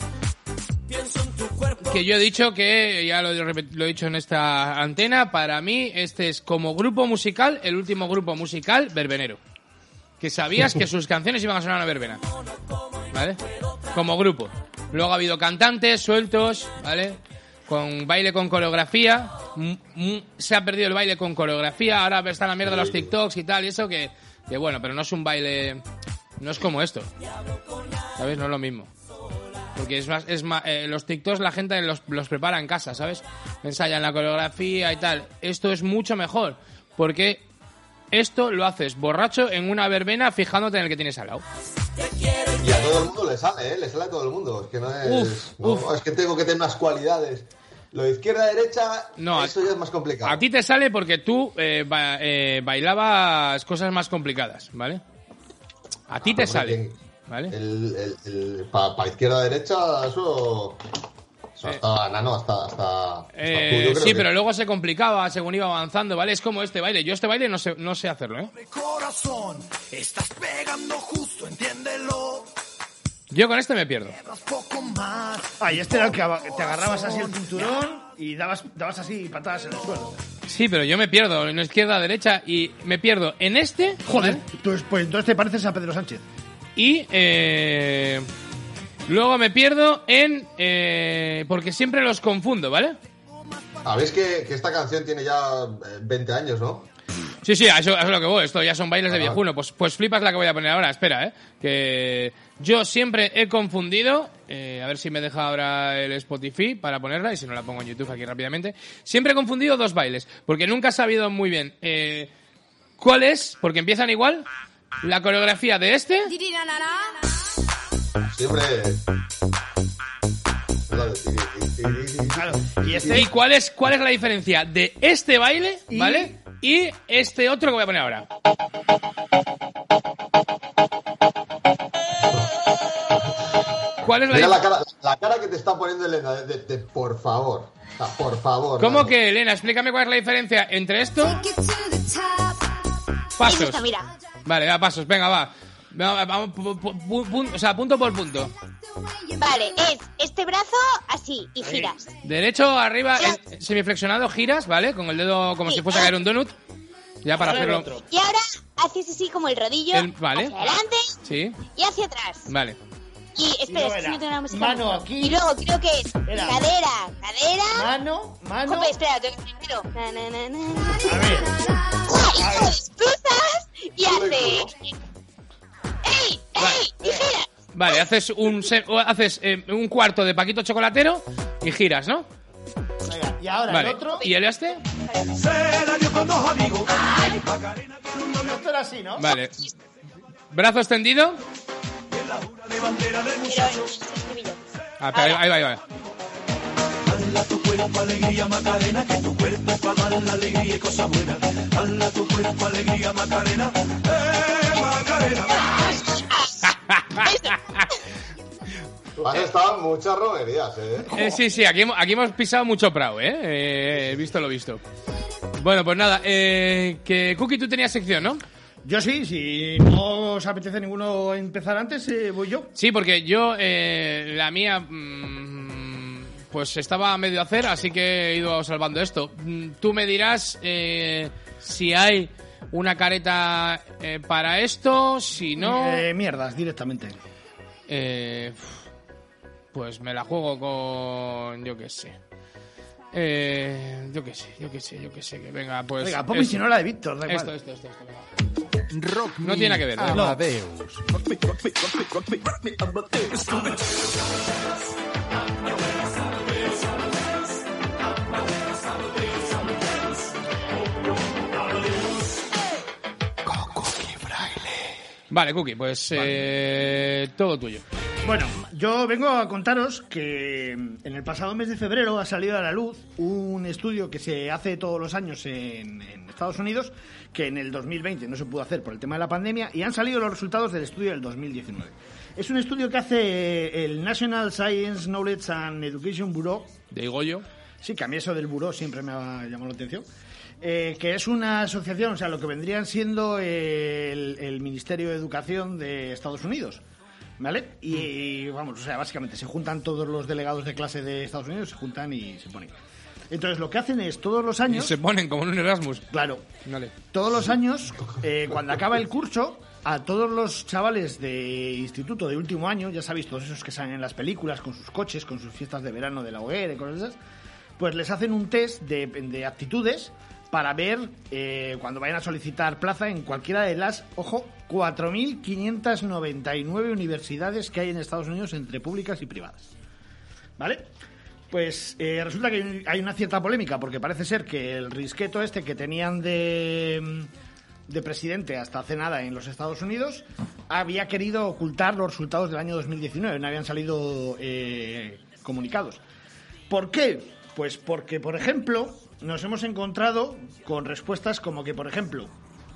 Que yo he dicho que, ya lo, he repet- lo he dicho en esta antena, para mí este es como grupo musical, el último grupo musical verbenero. Que sabías que sus canciones iban a sonar a verbena. ¿Vale? Como grupo. Luego ha habido cantantes sueltos, ¿vale? Con baile con coreografía. Mm, mm, Se ha perdido el baile con coreografía. Ahora está la mierda de los TikToks y tal. Y eso que, que bueno, pero no es un baile... No es como esto. ¿Sabes? No es lo mismo. Porque es más, es más eh, los TikToks la gente los, los prepara en casa, ¿sabes? Ensayan la coreografía y tal. Esto es mucho mejor. Porque esto lo haces borracho en una verbena fijándote en el que tienes al lado. Y a todo el mundo le sale, ¿eh? Le sale a todo el mundo. Es que no es... Uf, no, uf. Es que tengo que tener unas cualidades. Lo de izquierda-derecha, No, eso ya es más complicado. A ti te sale porque tú eh, ba- eh, bailabas cosas más complicadas, ¿vale? A ti Ah, te pero sale, bien. ¿vale? El, el, el, para izquierda-derecha, eso... Eso hasta nano, hasta... hasta, hasta Eh, tú, yo creo sí, que- pero luego se complicaba según iba avanzando, ¿vale? Es como este baile. Yo este baile no sé, no sé hacerlo, ¿eh? Corazón, estás pegando justo, entiéndelo. Yo con este me pierdo. Poco más. Ah, y este era el que aba- te agarrabas así el cinturón y dabas, dabas así patadas en el suelo. Sí, pero yo me pierdo en la izquierda, derecha y me pierdo en este. Joder, ¿vale? tú- pues entonces te pareces a Pedro Sánchez. Y eh, luego me pierdo en... eh, porque siempre los confundo, ¿vale? Sabéis que, que esta canción tiene ya veinte años, ¿no? Sí, sí, a eso, a eso es lo que voy. Esto ya son bailes de viejuno. Pues, pues flipas la que voy a poner ahora. Espera, ¿eh? Que yo siempre he confundido... Eh, a ver si me deja ahora el Spotify para ponerla, y si no la pongo en YouTube aquí rápidamente. Siempre he confundido dos bailes, porque nunca he sabido muy bien eh, cuál es, porque empiezan igual, la coreografía de este... Siempre... Claro. ¿Y, este? ¿Y cuál es, cuál es la diferencia de este baile, ¿Y? ¿vale? Y este otro que voy a poner ahora. ¿Cuál es la, Mira la cara, la cara que te está poniendo Elena, de, de, de por favor, o sea, por favor. ¿Cómo mano. que, Elena? Explícame cuál es la diferencia entre esto. Pasos. Esto, mira. Vale, va, pasos, venga, va. Vamos, vamos, pu, pu, pu, pu, o sea, punto por punto. Vale, es este brazo así y giras. Derecho arriba, en, semiflexionado, giras, ¿vale? Con el dedo como sí. si fuese a caer un donut. Ya para Vale, hacerlo. otro. Y ahora haces así como el rodillo El- vale. hacia adelante Sí, y hacia atrás. vale. Y espera, luego es que era no tengo la música. mano mejor. aquí. Y luego creo que es Era. cadera, cadera. Mano, mano. Jope, espera, tengo que primero. Na, na, na, na. A ver. Y A luego ver. descruzas y haces. ¡Ey! ¡Ey! Y giras. Vale, haces un se- o haces eh, un cuarto de Paquito Chocolatero y giras, ¿no? Venga, y ahora Vale. el otro. ¿Y el este? Esto era así, ¿no? Vale. Brazo extendido. Pero el estribillo. Ah, espera, ahí va, ahí va. Has estado en muchas romerías, ¿eh? Eh, sí, sí, aquí, hemos- aquí hemos pisado mucho prao, ¿eh? Eh, He visto lo visto. Bueno, pues nada, eh, que Cookie, tú tenías sección, ¿no? Yo sí, si no os apetece ninguno empezar antes, eh, voy yo. Sí, porque yo, eh, la mía, mm, pues estaba a medio hacer, así que he ido salvando esto. Mm, Tú me dirás eh, si hay una careta eh, para esto, si no... Eh, mierdas, directamente. Eh, pues me la juego con... yo qué sé. Eh, yo qué sé, yo qué sé, yo qué sé. Que venga, pues... Venga, ponme esto. si no la de Víctor, da igual. Esto, esto, esto, esto. venga. No tiene nada que ver, ¿eh? Amadeus. Vale, Cookie, pues eh, todo tuyo. Bueno, yo vengo a contaros que en el pasado mes de febrero ha salido a la luz un estudio que se hace todos los años en, en Estados Unidos, que en el dos mil veinte no se pudo hacer por el tema de la pandemia, y han salido los resultados del estudio del dos mil diecinueve. Es un estudio que hace el National Science Knowledge and Education Bureau. De Goyo. Sí, que a mí eso del buró siempre me ha llamado la atención. Eh, que es una asociación, o sea, lo que vendrían siendo el, el Ministerio de Educación de Estados Unidos, ¿vale? Y, y, vamos, o sea, básicamente se juntan todos los delegados de clase de Estados Unidos, se juntan y se ponen. Entonces, lo que hacen es, todos los Y años... se ponen como en un Erasmus. Claro, Vale. todos los años, eh, cuando acaba el curso, a todos los chavales de instituto de último año, ya sabéis, todos esos que salen en las películas con sus coches, con sus fiestas de verano de la hoguera y cosas esas, pues les hacen un test de, de aptitudes para ver eh, cuando vayan a solicitar plaza en cualquiera de las, ojo, cuatro mil quinientas noventa y nueve universidades que hay en Estados Unidos entre públicas y privadas. ¿Vale? Pues eh, resulta que hay una cierta polémica porque parece ser que el risqueto este que tenían de, de presidente hasta hace nada en los Estados Unidos había querido ocultar los resultados del año dos mil diecinueve, no habían salido eh, comunicados. ¿Por qué? Pues porque, por ejemplo, nos hemos encontrado con respuestas como que, por ejemplo,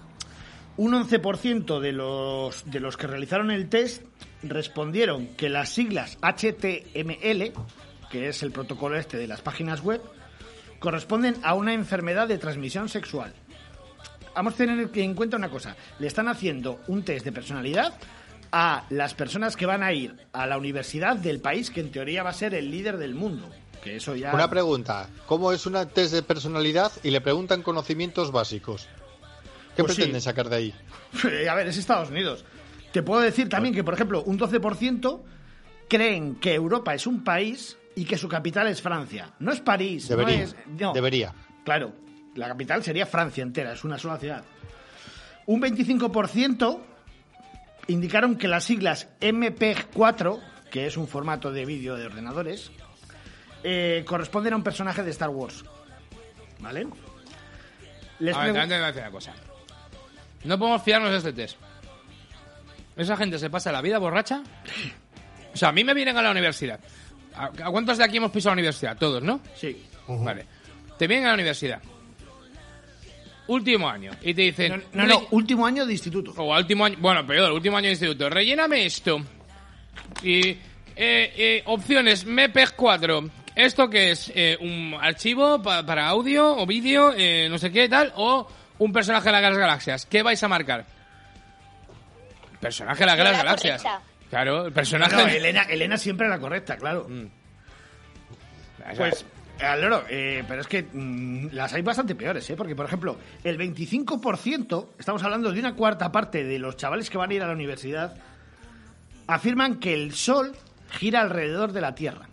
un once por ciento de los, de los que realizaron el test respondieron que las siglas H T M L, que es el protocolo este de las páginas web, corresponden a una enfermedad de transmisión sexual. Vamos a tener en cuenta una cosa. Le están haciendo un test de personalidad a las personas que van a ir a la universidad del país que en teoría va a ser el líder del mundo. Que eso ya... Una pregunta, ¿cómo es una test de personalidad y le preguntan conocimientos básicos? ¿Qué Pues pretenden sí. sacar de ahí? A ver, es Estados Unidos. Te puedo decir también que, por ejemplo, un doce por ciento creen que Europa es un país y que su capital es Francia. No es París. Debería. No es, no. Debería. Claro, la capital sería Francia entera, es una sola ciudad. Un veinticinco por ciento indicaron que las siglas eme pe ge cuatro, que es un formato de vídeo de ordenadores, eh, corresponden a un personaje de Star Wars. ¿Vale? Les A ver, pregun- también te voy a decir una cosa. No podemos fiarnos de este test. ¿Esa gente se pasa la vida borracha? O sea, a mí me vienen a la universidad. ¿A a cuántos de aquí hemos pisado la universidad? Todos, ¿no? Sí. Vale. Te vienen a la universidad. Último año. Y te dicen... No, no, no, último año de instituto. O último año... Bueno, peor, último año de instituto. Relléname esto. Y... Eh, eh, opciones eme pe ge cuatro. ¿Esto qué es? Eh, ¿Un archivo pa- para audio o vídeo? Eh, no sé qué tal. ¿O un personaje de las galaxias? ¿Qué vais a marcar? Personaje de las Yo la galaxias. correcta. Claro, el personaje... No, Elena, Elena siempre la correcta, claro. Mm. Pues, al loro, eh, pero es que mm, las hay bastante peores, ¿eh? Porque, por ejemplo, el veinticinco por ciento, estamos hablando de una cuarta parte de los chavales que van a ir a la universidad, afirman que el Sol gira alrededor de la Tierra.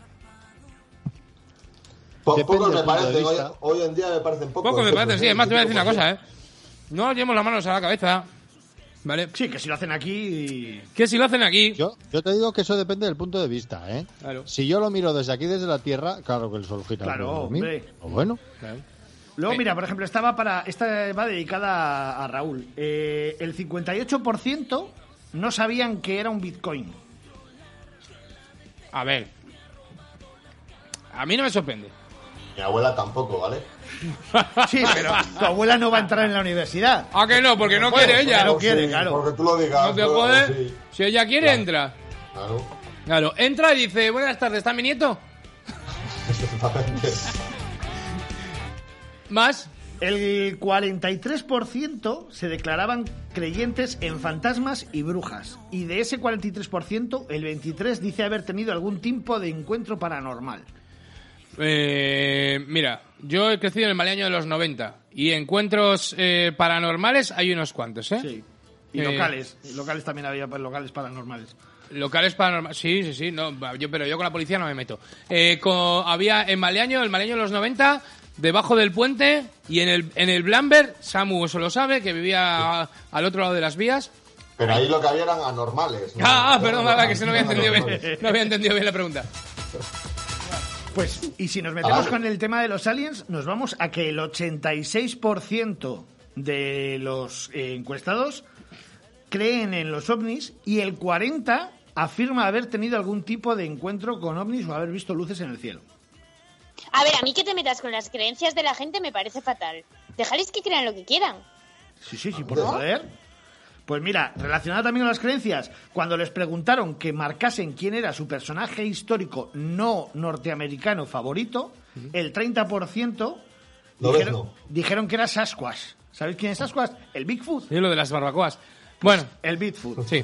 Po- Depende pocos del me punto de parecen, hoy, vista. hoy en día me parecen pocos. Poco me parece, sí. ¿eh? Además, te voy a decir una Pocos, cosa, ¿eh? No nos llevemos las manos a la cabeza. ¿Vale? Sí, que si lo hacen aquí... Que si lo hacen aquí... Yo, yo te digo que eso depende del punto de vista, ¿eh? Claro. Si yo lo miro desde aquí, desde la Tierra, claro que el sol gira. Claro, alrededor de mí. hombre. O bueno. Claro. Luego, Eh. mira, por ejemplo, estaba para esta va dedicada a, a Raúl. Eh, el cincuenta y ocho por ciento no sabían que era un Bitcoin. A ver. A mí no me sorprende. Mi abuela tampoco, ¿vale? Sí, pero tu abuela no va a entrar en la universidad. ¿A que no? Porque no Bueno, quiere ella. no Pues quiere, sí, claro. Porque tú lo digas. No te claro, jodes. sí, Si ella quiere, Claro. entra. claro. Claro, entra y dice, buenas tardes, ¿está mi nieto? Exactamente. Más. El cuarenta y tres por ciento se declaraban creyentes en fantasmas y brujas. Y de ese cuarenta y tres por ciento, el veintitrés por ciento dice haber tenido algún tipo de encuentro paranormal. Eh, mira, yo he crecido en el mal año de los noventa. Y encuentros eh, paranormales hay unos cuantos, ¿eh? Sí. Y Eh, locales. Y locales también había pues, locales paranormales. Locales paranormales. Sí, sí, sí. No, yo, pero yo con la policía no me meto. Eh, co- había en Maleaño, el Maleaño de los noventa, debajo del puente y en el, en el Blamber, Samu eso lo sabe, que vivía a- al otro lado de las vías. Pero ahí lo que había eran anormales. ¿no? Ah, ah, perdón, No, nada, que se no había entendido bien, anormales. no había entendido bien la pregunta. Pues, y si nos metemos Ah. con el tema de los aliens, nos vamos a que el ochenta y seis por ciento de los eh, encuestados creen en los ovnis y el cuarenta por ciento afirma haber tenido algún tipo de encuentro con ovnis o haber visto luces en el cielo. A ver, a mí que te metas con las creencias de la gente me parece fatal. Dejarles que crean lo que quieran. Sí, sí, sí, por joder. Pues mira, relacionado también con las creencias, cuando les preguntaron que marcasen quién era su personaje histórico no norteamericano favorito, el treinta por ciento Lo ves, dijeron, no. dijeron que era Sasquatch. ¿Sabéis quién es Sasquatch? El Bigfoot. Sí, lo de las barbacoas. Bueno, El Bigfoot. sí.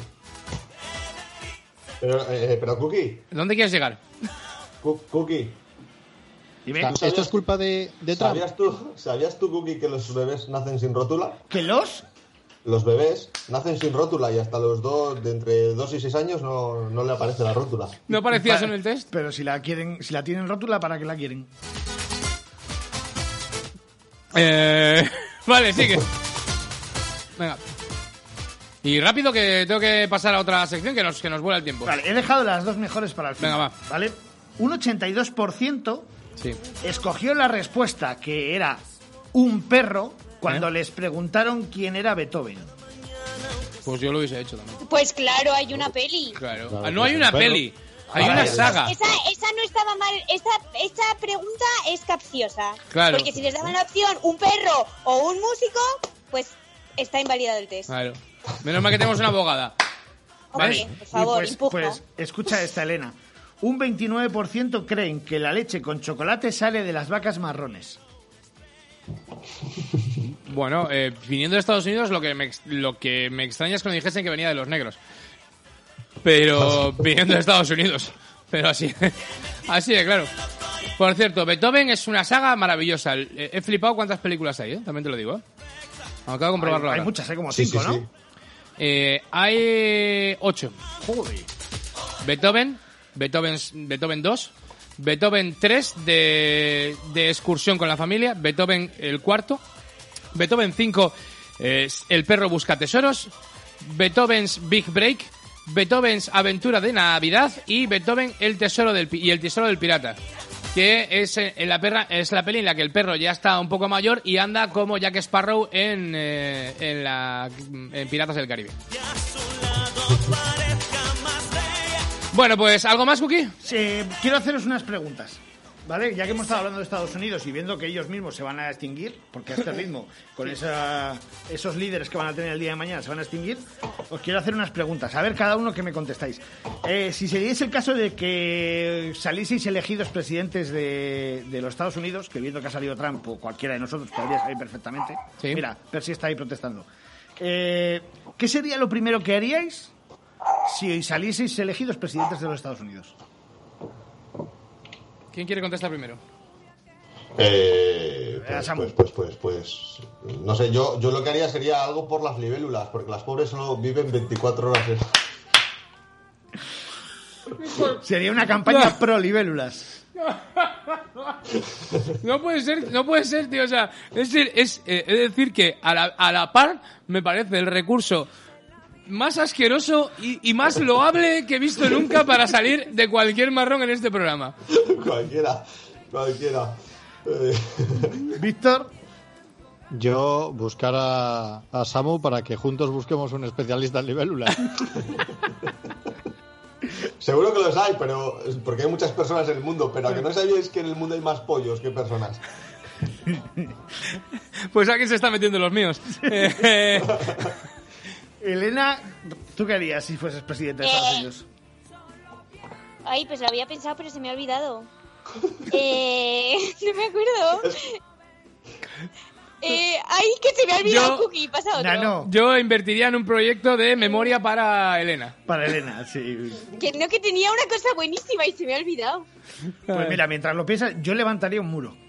Pero, eh, pero Cookie, ¿Dónde quieres llegar? Cu- Cookie, Dime, O sea, ¿esto es culpa de, de Trump? ¿sabías tú, ¿sabías tú, Cookie, que los bebés nacen sin rótula? ¿que los? Los bebés nacen sin rótula y hasta los dos, de entre dos y seis años, no, no le aparece la rótula. ¿No parecía eso Pa- en el test? Pero si la quieren, si la tienen rótula, ¿para qué la quieren? Eh, vale, sigue. Venga. Y rápido que tengo que pasar a otra sección que nos, que nos vuela el tiempo. Vale, he dejado las dos mejores para el final. Venga, va. ¿Vale? Un ochenta y dos por ciento Sí. escogió la respuesta que era un perro cuando ¿Eh? les preguntaron quién era Beethoven. Pues yo lo hubiese hecho también. Pues claro, hay una peli. Claro. Claro, Ah, no pues hay un una perro. peli. Hay Ah, una vale. saga. Esa, esa no estaba mal. Esa, esa pregunta es capciosa. Claro. Porque si les daban la opción un perro o un músico, pues está invalidado el test. Claro. Menos mal que tenemos una abogada. Hombre, Vale. por favor, y pues, empuja. pues escucha esta, Elena. Un veintinueve por ciento creen que la leche con chocolate sale de las vacas marrones. Bueno, eh, viniendo de Estados Unidos, lo que, me, ex- lo que me extraña es que me dijesen que venía de los negros. Pero viniendo de Estados Unidos. Pero así, así de claro. Por cierto, Beethoven es una saga maravillosa. Eh, He flipado cuántas películas hay, ¿eh? También te lo digo, ¿eh? Acabo de comprobarlo Hay, hay ahora. muchas, hay como Sí, cinco, sí, ¿no? sí. Eh, hay ocho. Joder. Beethoven, Beethoven, Beethoven dos, Beethoven tres de, de excursión con la familia, Beethoven el cuarto, Beethoven cinco, eh, El perro busca tesoros, Beethoven's Big Break, Beethoven's Aventura de Navidad y Beethoven el tesoro del y el tesoro del pirata, que es eh, la perra es la peli en la que el perro ya está un poco mayor y anda como Jack Sparrow en eh, en la en Piratas del Caribe. Bueno, pues ¿algo más, Cookie? Sí, quiero haceros unas preguntas, ¿vale? Ya que hemos estado hablando de Estados Unidos y viendo que ellos mismos se van a extinguir, porque a este ritmo, con esa, esos líderes que van a tener el día de mañana se van a extinguir, os quiero hacer unas preguntas. A ver, cada uno que me contestáis. Eh, si sería el caso de que salieseis elegidos presidentes de, de los Estados Unidos, que viendo que ha salido Trump o cualquiera de nosotros podría salir perfectamente. Sí. Mira, Percy está ahí protestando. Eh, ¿Qué sería lo primero que haríais si salieseis elegidos presidentes de los Estados Unidos? ¿Quién quiere contestar primero? Eh, pues, pues, pues, pues, pues, no sé, yo, yo lo que haría sería algo por las libélulas, porque las pobres solo viven veinticuatro horas. En... Sería una campaña no. pro libélulas. No puede ser, no puede ser, tío. O sea, es decir, es, eh, es decir que a la, a la par me parece el recurso más asqueroso y, y más loable que he visto nunca para salir de cualquier marrón en este programa. Cualquiera, cualquiera. Eh. Víctor. Yo buscar a, a Samu para que juntos busquemos un especialista en libélulas. Seguro que los hay, pero porque hay muchas personas en el mundo, pero a que no sabíais que en el mundo hay más pollos que personas. Pues alguien se está metiendo los míos. Eh, Elena, ¿tú qué harías si fueses presidente de Estados Unidos? Ay, pues lo había pensado, pero se me ha olvidado. Eh, no me acuerdo. Eh, ay, que se me ha olvidado, yo, Cookie, pasa otro. No, no. Yo invertiría en un proyecto de memoria para Elena. Para Elena, sí. Que no, que tenía una cosa buenísima y se me ha olvidado. Pues mira, mientras lo piensas, yo levantaría un muro.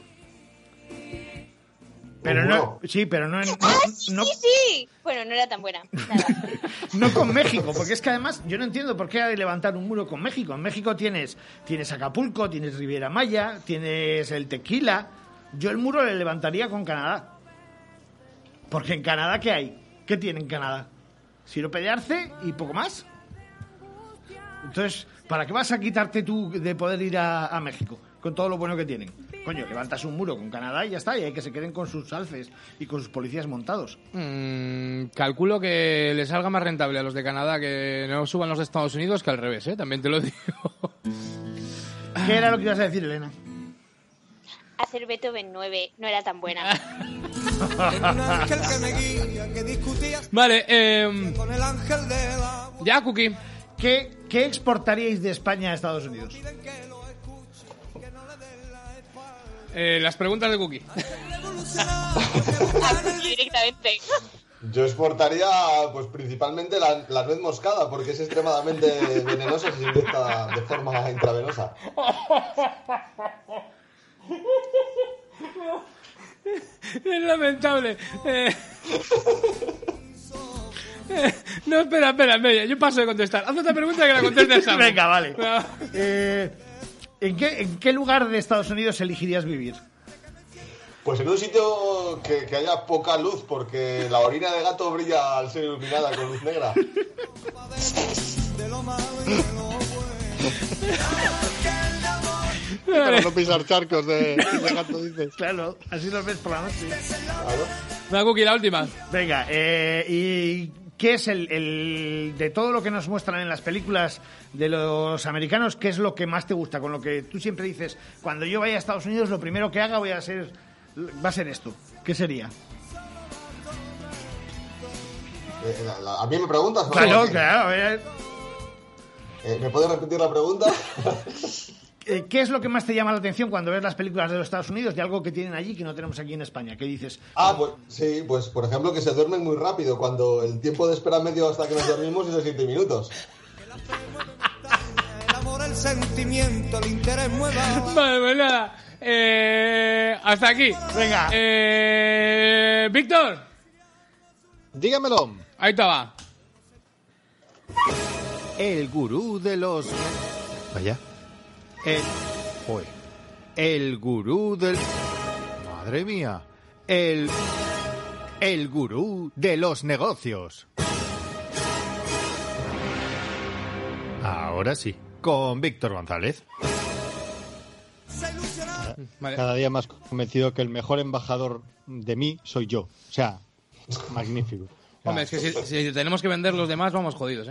Pero no, sí, pero no en... No, ¡Ah, sí, no, sí, sí! Bueno, no era tan buena. Nada. No con México, porque es que además yo no entiendo por qué hay que levantar un muro con México. En México tienes, tienes Acapulco, tienes Riviera Maya, tienes el tequila. Yo el muro le levantaría con Canadá. Porque en Canadá, ¿qué hay? ¿Qué tiene en Canadá? Sirope de arce y poco más. Entonces, ¿para qué vas a quitarte tú de poder ir a, a México? Con todo lo bueno que tienen. Coño, levantas un muro con Canadá y ya está. Y hay que se queden con sus alces y con sus policías montados. Mm, calculo que les salga más rentable a los de Canadá que no suban los de Estados Unidos que al revés, ¿eh? También te lo digo. ¿Qué era lo que ibas a decir, Elena? Hacer Beethoven nueve no era tan buena. Vale, eh, ya, Cookie. ¿Qué, ¿Qué exportaríais de España a Estados Unidos? Eh, las preguntas de Cookie. A Cookie directamente. Yo exportaría, pues principalmente la, la nuez moscada, porque es extremadamente venenosa si se inyecta de forma intravenosa. Es lamentable. Eh... Eh, no, espera, espera, espera, yo paso de contestar. Haz otra pregunta que la conteste Sam. Venga, vale. eh, ¿en, qué, ¿En qué lugar de Estados Unidos elegirías vivir? Pues en un sitio que, que haya poca luz, porque la orina de gato brilla al ser iluminada con luz negra. Para no pisar charcos de, de gato, dices. Claro, así los ves por la noche. Claro. Venga, Cookie, la última. Venga, eh, ¿y qué es el, el... de todo lo que nos muestran en las películas de los americanos, qué es lo que más te gusta? Con lo que tú siempre dices, cuando yo vaya a Estados Unidos, lo primero que haga voy a ser... va a ser esto. ¿Qué sería? Eh, la, la, ¿A mí me preguntas? Claro, ¿no? Claro. A ver. Eh, ¿Me puedes repetir la pregunta? ¿Qué es lo que más te llama la atención cuando ves las películas de los Estados Unidos de algo que tienen allí que no tenemos aquí en España? ¿Qué dices? Ah, pues sí, pues por ejemplo que se duermen muy rápido, cuando el tiempo de espera medio hasta que nos dormimos es de siete minutos. El amor, el sentimiento, el interés mueva. Vale, pues nada. Eh, hasta aquí. Venga. Eh, Víctor. Dígamelo. Ahí te va. El gurú de los... Vaya. Eh, Joder. El gurú del... Madre mía. El... El gurú de los negocios. Ahora sí, con Víctor González. Vale. Cada día más convencido que el mejor embajador de mí soy yo. O sea, magnífico. O sea, Hombre, es que si, si tenemos que vender los demás, vamos jodidos, ¿eh?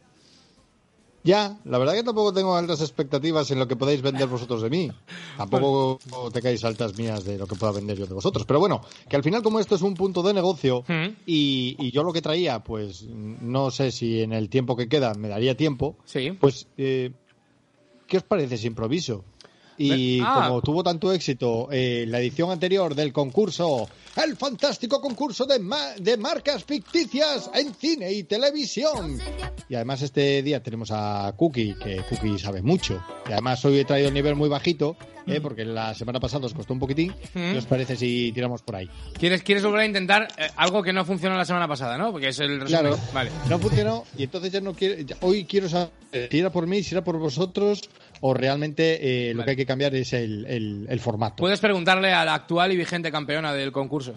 ya, la verdad que tampoco tengo altas expectativas en lo que podáis vender vosotros de mí. Tampoco tengáis altas mías de lo que pueda vender yo de vosotros. Pero bueno, que al final como esto es un punto de negocio Mm. y, y yo lo que traía, pues no sé si en el tiempo que queda me daría tiempo. Sí. Pues, eh, ¿qué os parece ese improviso? Y Ah. como tuvo tanto éxito eh, la edición anterior del concurso, el fantástico concurso de, ma- de marcas ficticias en cine y televisión. Y además este día tenemos a Cookie, que Cookie sabe mucho. Y además hoy he traído el nivel muy bajito, eh, porque la semana pasada os costó un poquitín. Mm. ¿Qué os parece si tiramos por ahí? ¿Quieres, quieres volver a intentar eh, algo que no funcionó la semana pasada, ¿no? Porque es el resumen. Claro, Vale. no funcionó y entonces ya no quiero. ya- hoy quiero saber si era por mí, si era por vosotros o realmente eh, lo Vale. que hay que cambiar es el, el, el formato. Puedes preguntarle a la actual y vigente campeona del concurso.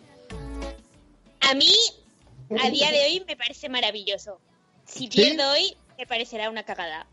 A mí, a día de hoy, me parece maravilloso. Si ¿Sí? pierdo hoy, me parecerá una cagada.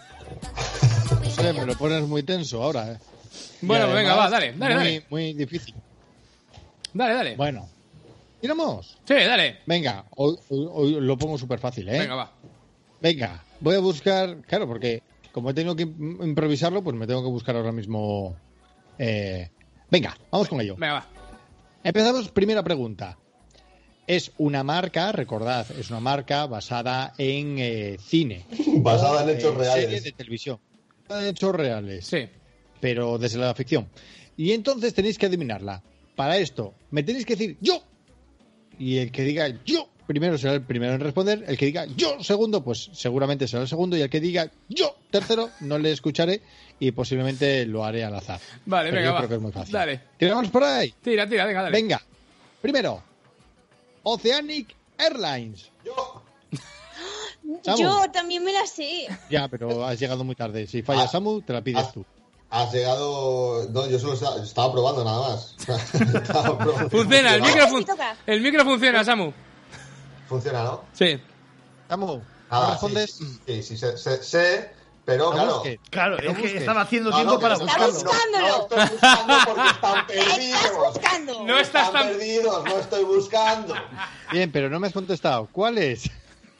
No sé, me lo pones muy tenso ahora. ¿eh? Bueno, Y venga, además, va, dale, dale, muy, dale. Muy difícil. Dale, dale. Bueno, tiramos. Sí, dale. Venga, hoy, hoy- hoy lo pongo súper fácil, ¿eh? Venga, va. Venga, voy a buscar. Claro, porque como he tenido que im- improvisarlo, pues me tengo que buscar ahora mismo. eh, Venga, vamos con ello. Venga, va. Empezamos, primera pregunta. Es una marca, recordad, es una marca basada en eh, cine. Basada en o, hechos eh, reales. Serie de televisión. Basada en hechos reales. Sí. Pero desde la ficción. Y entonces tenéis que adivinarla. Para esto, me tenéis que decir yo. Y el que diga yo primero será el primero en responder. El que diga yo segundo, pues seguramente será el segundo. Y el que diga yo tercero, no le escucharé y posiblemente lo haré al azar. Vale, Pero venga, yo va. creo que es muy fácil. Dale. ¿Tiramos por ahí? Tira, tira, venga, dale. Venga. Primero, Oceanic Airlines. Yo, Samu. Yo también me la sé. Ya, pero has llegado muy tarde. Si falla Ah. Samu, te la pides Ah. tú. has llegado. No, yo solo estaba, estaba probando nada más. Estaba probando. Funciona, el micro, Me fun- toca. el micro funciona, Samu. Funciona, ¿no? Sí. Samu, ¿no Nada, respondes? Sí, sí, sí, sé, sé- sé, pero No claro. busques. Claro, No es que busques. estaba haciendo No, tiempo no, que para no, buscarlo. Está buscándolo. No, estoy buscando porque están La estás perdidos. buscando. No estás Están tan... perdidos, no estoy buscando. Bien, pero no me has contestado. ¿Cuál es?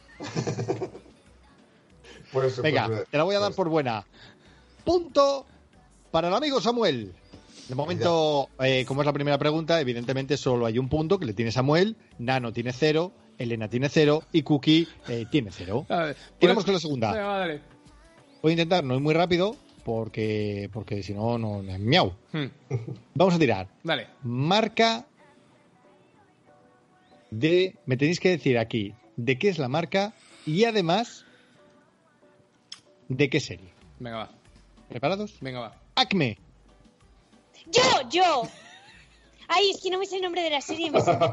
Pues, Venga, pues, te la voy a dar pues, por buena. Punto para el amigo Samuel. De momento, eh, como es la primera pregunta, evidentemente solo hay un punto que le tiene Samuel, Nano tiene cero, Elena tiene cero y Cookie eh, tiene cero. A ver, Tiramos pues- con la segunda. Venga, va, dale. Voy a intentar no ir muy rápido porque, porque si no, no... no- Miau. Hmm, Vamos a tirar. Dale. Marca de... Me tenéis que decir aquí de qué es la marca y además de qué serie. Venga, va. ¿Preparados? Venga, va. Acme. Yo, yo. Ay, es que no me sé el nombre de la serie. Me sé-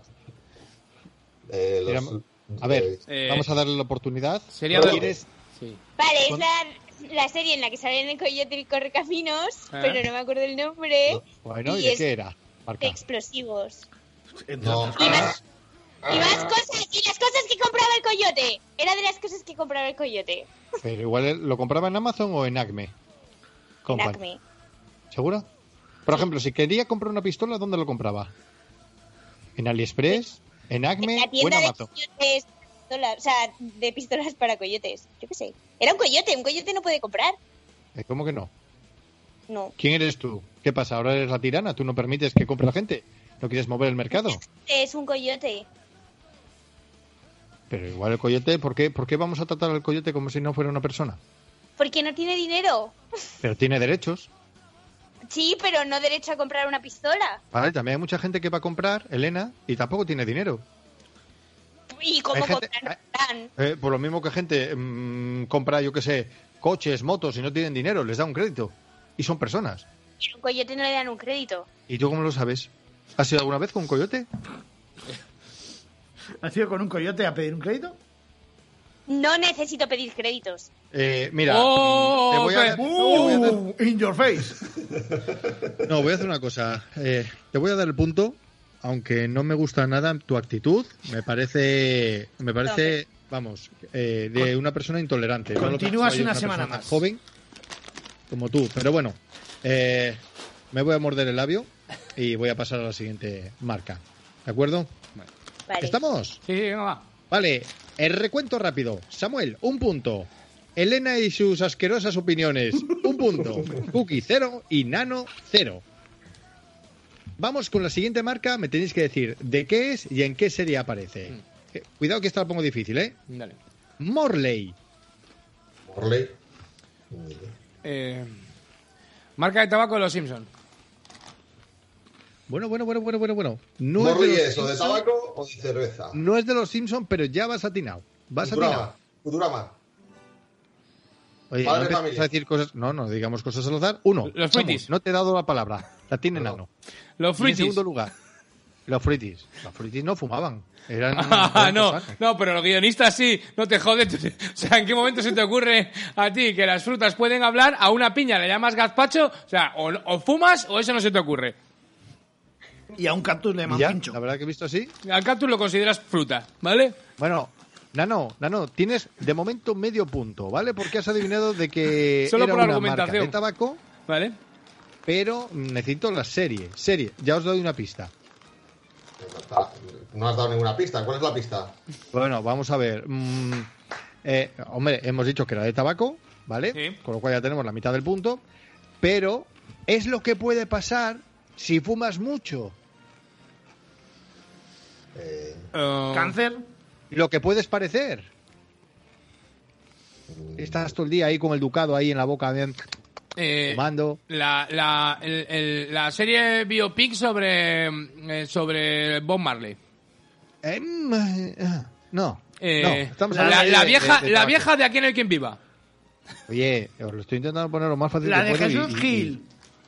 eh, los- Tiramos- A ver, eh, Eh, vamos a darle la oportunidad. Sería de- ¿Quieres? Sí. Vale, es Con- la, la serie en la que salen el coyote y correcaminos, Ah. pero no me acuerdo el nombre. Bueno, ¿y Y de es qué era? de Marca. explosivos. Entre No. otras Y cosas. más, y más cosas. Y las cosas que compraba el coyote. Era de las cosas que compraba el coyote. Pero igual lo compraba en Amazon o en Acme. En Company. Acme. ¿Seguro? Por ejemplo, si quería comprar una pistola, ¿dónde lo compraba? ¿En AliExpress? ¿En En Acme la o en tienda de Amazon? coyotes. pistolas, o sea, de pistolas para coyotes. Yo qué sé. Era un coyote. Un coyote no puede comprar. Eh, ¿Cómo que no? No. ¿Quién eres tú? ¿Qué pasa? ¿Ahora eres la tirana? ¿Tú no permites que compre la gente? ¿No quieres mover el mercado? Es un coyote. Pero igual el coyote, ¿por qué, ¿por qué vamos a tratar al coyote como si no fuera una persona? Porque no tiene dinero. Pero tiene derechos. Sí, pero no derecho a comprar una pistola. Vale, también hay mucha gente que va a comprar, Elena, y tampoco tiene dinero. ¿Y cómo Hay gente- comprarán? Eh, por lo mismo que gente mm, compra, yo qué sé, coches, motos y no tienen dinero, les da un crédito. Y son personas. A un coyote no le dan un crédito. ¿Y tú cómo lo sabes? ¿Has ido alguna vez con un coyote? ¿Has ido con un coyote a pedir un crédito? No necesito pedir créditos. Eh, mira, Oh, te voy a, pe- dar- te voy a dar- Uh, in your face. no, voy a hacer una cosa. Eh, te voy a dar el punto, aunque no me gusta nada tu actitud. Me parece, me parece, vamos, eh, de una persona intolerante. No lo Continúas pensaba yo, una una semana persona más. joven como tú, pero bueno, eh, me voy a morder el labio y voy a pasar a la siguiente marca. ¿De acuerdo? Vale. ¿Estamos? Sí, sí, venga, va. Vale, el recuento rápido. Samuel, un punto. Elena y sus asquerosas opiniones, un punto. Cookie, cero. Y Nano, cero. Vamos con la siguiente marca. Me tenéis que decir de qué es y en qué serie aparece. Eh, Cuidado que esta la pongo difícil, ¿eh? Dale. Morley. Morley. Eh, marca de tabaco de los Simpsons. Bueno, bueno, bueno, bueno, bueno, bueno. No Morley es de es o los de Simpson, tabaco o de cerveza. no es de los Simpsons, pero ya vas atinado. Vas atinado. Futurama. Futurama. Oye, Padre no de empieces familia. a decir cosas. No, no digamos cosas al azar. Uno. Los Samu, fruitis. No te he dado la palabra. La tiene Perdón. Nano. Los Y en fruitis. segundo lugar, los fruitis. Los fruitis no fumaban. Eran. Ah, eran no, sanos. no, pero los guionistas sí, no te jodes. O sea, ¿en qué momento se te ocurre a ti que las frutas pueden hablar? A una piña le llamas gazpacho, o sea, o, o fumas o eso no se te ocurre. Y a un cactus le Y llaman ya, pincho. la verdad que he visto así. Al cactus lo consideras fruta, ¿vale? Bueno, Nano, Nano, tienes de momento medio punto, ¿vale? Porque has adivinado de que Solo era por una marca argumentación. de tabaco, ¿Vale? pero necesito la serie. Serie, ya os doy una pista. No has dado ninguna pista. ¿Cuál es la pista? Bueno, vamos a ver. Mm, eh, hombre, hemos dicho que era de tabaco, ¿vale? Sí. Con lo cual ya tenemos la mitad del punto. Pero es lo que puede pasar si fumas mucho. Eh, Eh, Cáncer. Lo que puedes parecer. Estás todo el día ahí con el ducado ahí en la boca, bien, eh, fumando. la, la, el- el- la serie biopic sobre, eh, sobre Bob Marley. Eh, mm, eh, no. Eh, no, estamos la, hablando la de- vieja, de- de la tabaco. vieja de Aquí no hay quien viva. Oye, os lo estoy intentando poner lo más fácil La que de puedo y- Jesús y- Gil.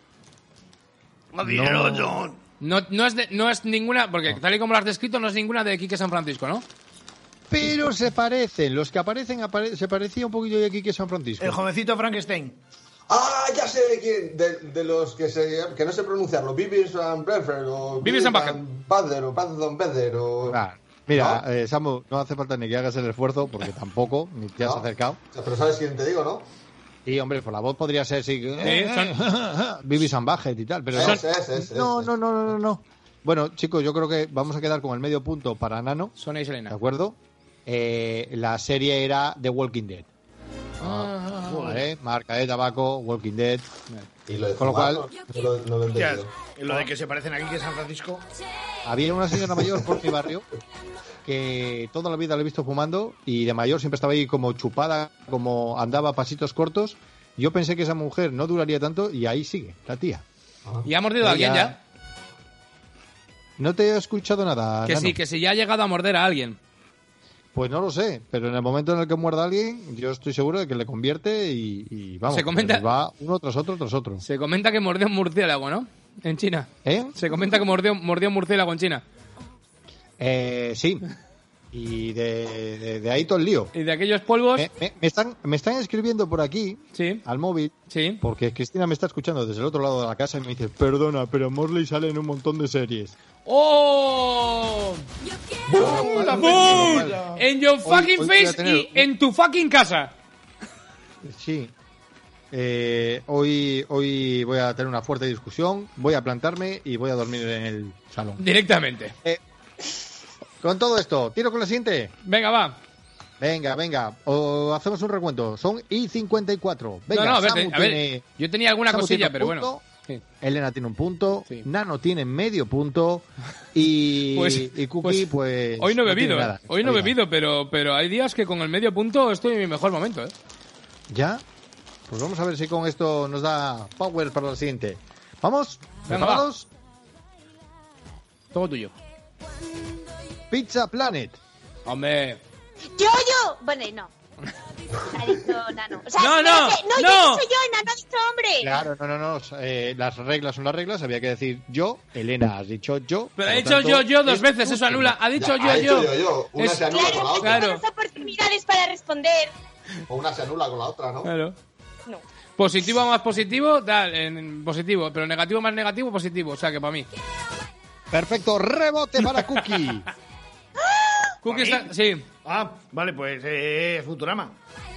No. No, no, es de- no es ninguna, porque tal y como lo has descrito, no es ninguna de Quique San Francisco, ¿no? Pero se parecen. Los que aparecen apare- se parecía un poquillo de aquí que San Francisco. El jovencito Frankenstein. Ah, ya sé de quién. De, de los que se que no sé pronunciarlo. Beavis and Butthead o Beavis and Butthead. Butthead o Butthead and Butthead o... Ah, mira, ¿No? eh, Samu, no hace falta ni que hagas el esfuerzo, porque tampoco, ni te has ¿No? acercado. O sea, pero sabes quién te digo, ¿no? Y, hombre, por la voz podría ser, sí. son- Bibi Sambajet y tal, pero... Ese, no. ese, ese, ese. No, no, no, no, no, no. Bueno, chicos, yo creo que vamos a quedar con el medio punto para Nano, Sonia y ¿de Selena. acuerdo? Eh, la serie era The Walking Dead. Ah, ¿Vale? Marca de tabaco, Walking Dead. Y lo de Con lo fumar, cual- no, no lo, no lo he Ya, entendido. lo de que se parecen aquí que San Francisco. Había una señora mayor por mi barrio que toda la vida la he visto fumando y de mayor siempre estaba ahí como chupada, como andaba a pasitos cortos. Yo pensé que esa mujer no duraría tanto y ahí sigue, la tía. ¿Y ha mordido a alguien ya? No te he escuchado nada. Que Nano. sí, que si ya ha llegado a morder a alguien. Pues no lo sé, pero en el momento en el que muerda a alguien, yo estoy seguro de que le convierte y, y vamos, Se comenta- les va uno tras otro tras otro. Se comenta que mordió un murciélago, ¿no? En China. ¿Eh? Se comenta que mordió, mordió un murciélago en China. Eh, sí. Y de, de- de ahí todo el lío. Y de aquellos polvos... Me, me- me están, me están escribiendo por aquí, Sí, al móvil, sí. porque Cristina me está escuchando desde el otro lado de la casa y me dice, perdona, pero Morley sale en un montón de series. ¡Oh! Vale, ¡Boom! vale. En your Hoy- fucking hoy voy a face tener- y en tu fucking casa. Sí. Eh, hoy, hoy voy a tener una fuerte discusión, voy a plantarme y voy a dormir en el salón. Directamente. Eh, con todo esto, ¿tiro con la siguiente? Venga, va. Venga, venga, o hacemos un recuento. Son I cincuenta y cuatro. Venga, no, no, a ver, Samu a ver, tiene- yo tenía alguna Samu cosilla, tiene un pero punto, bueno. Sí. Elena tiene un punto, Sí. Nano tiene medio punto y, Pues, y Cookie, pues, hoy no he tiene bebido, nada. hoy no he Está bien. bebido, pero, pero hay días que con el medio punto estoy en mi mejor momento, ¿eh? ¿Ya? Pues vamos a ver si con esto nos da power para la siguiente. ¿Vamos? Venga, ¿Preparados? Todo tuyo. Pizza Planet. Hombre. ¡Yo, yo! Bueno, no. Ha dicho Nano. O sea, No, espérate, no, no, no. yo soy yo, Nano ha dicho hombre. Claro, no, no, no. eh, las reglas son las reglas. Había que decir yo. Elena, has dicho yo. Pero por ha lo dicho tanto, yo, yo dos es veces, tú eso quien anula. va. Ha dicho Ya, yo, ha yo. dicho yo, yo. Una Es- se anula por la Claro, otra. Claro. claro. oportunidades para responder. O una se anula con la otra, ¿no? Claro. No. Positivo más positivo, tal, en positivo. Pero negativo más negativo, positivo. O sea que para mí. Perfecto, rebote para Cookie. Cookie está... Sí. Ah, vale, pues eh, Futurama.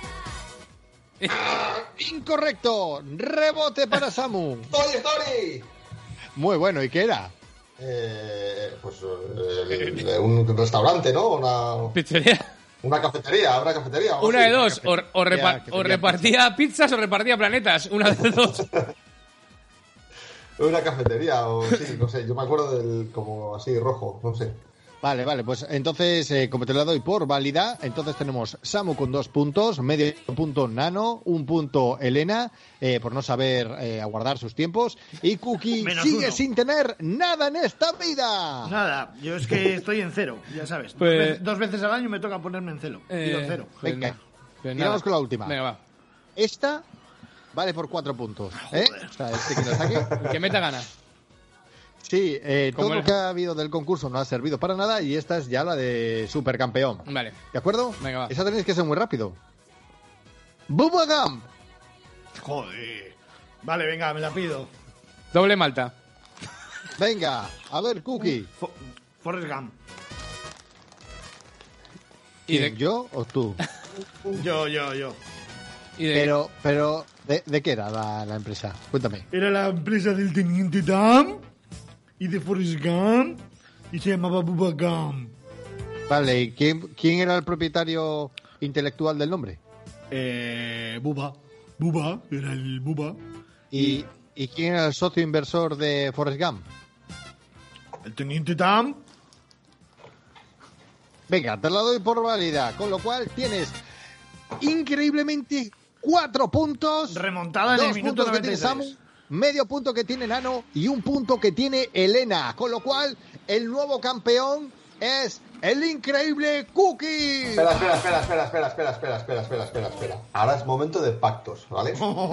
Incorrecto, rebote para Samu. ¡Toy Story! Muy bueno, ¿y qué era? Eh, pues eh, un restaurante, ¿no? Una, Pizzería. una cafetería, una cafetería. algo Una así. de dos. O, o, repa- que o tenía repartía pizzas o repartía planetas. Una de dos. Una cafetería, o sí, no sé. Yo me acuerdo del como así rojo, no sé. Vale, vale, pues entonces, eh, como te lo doy por válida, entonces tenemos Samu con dos puntos, medio punto Nano, un punto Elena, eh, por no saber eh, aguardar sus tiempos, y Cookie Menos sigue uno. sin tener nada en esta vida. Nada, yo es que estoy en cero, ya sabes. Dos, Pues- veces, dos veces al año me toca ponerme en cero. Eh, Digo, cero. pues Venga, nada. Pues tiramos nada. con la última. Venga, va. Esta vale por cuatro puntos, ¿eh? O sea, este que nos saque. El que meta gana. Sí, eh, Como todo el- lo que ha habido del concurso no ha servido para nada y esta es ya la de supercampeón. Vale. ¿De acuerdo? Venga, va. Esa tenéis que ser muy rápido. Bubagam. Joder. Vale, venga, me la pido. Doble malta. Venga, a ver, Cookie. Fo- Forrest Gump. Y ¿Quién, de, yo o tú? Yo, yo, yo. y de- Pero, pero, ¿de, de qué era la, la empresa? Cuéntame. Era la empresa del Teniente Dan y de Forrest Gump y se llamaba Bubba Gump. Vale, ¿y quién, quién era el propietario intelectual del nombre? Eh, Bubba. Bubba, era el Bubba. ¿Y, ¿y quién era el socio inversor de Forrest Gump? El Teniente Dan. Venga, te la doy por válida, con lo cual tienes increíblemente cuatro puntos. Remontada en el dos minuto puntos que tiene noventa y Samu, tres. medio punto que tiene Nano y un punto que tiene Elena. Con lo cual, el nuevo campeón es el increíble Cookie. Espera, espera, espera, espera, espera, espera, espera, espera, espera, espera, espera. Ahora es momento de pactos, ¿vale?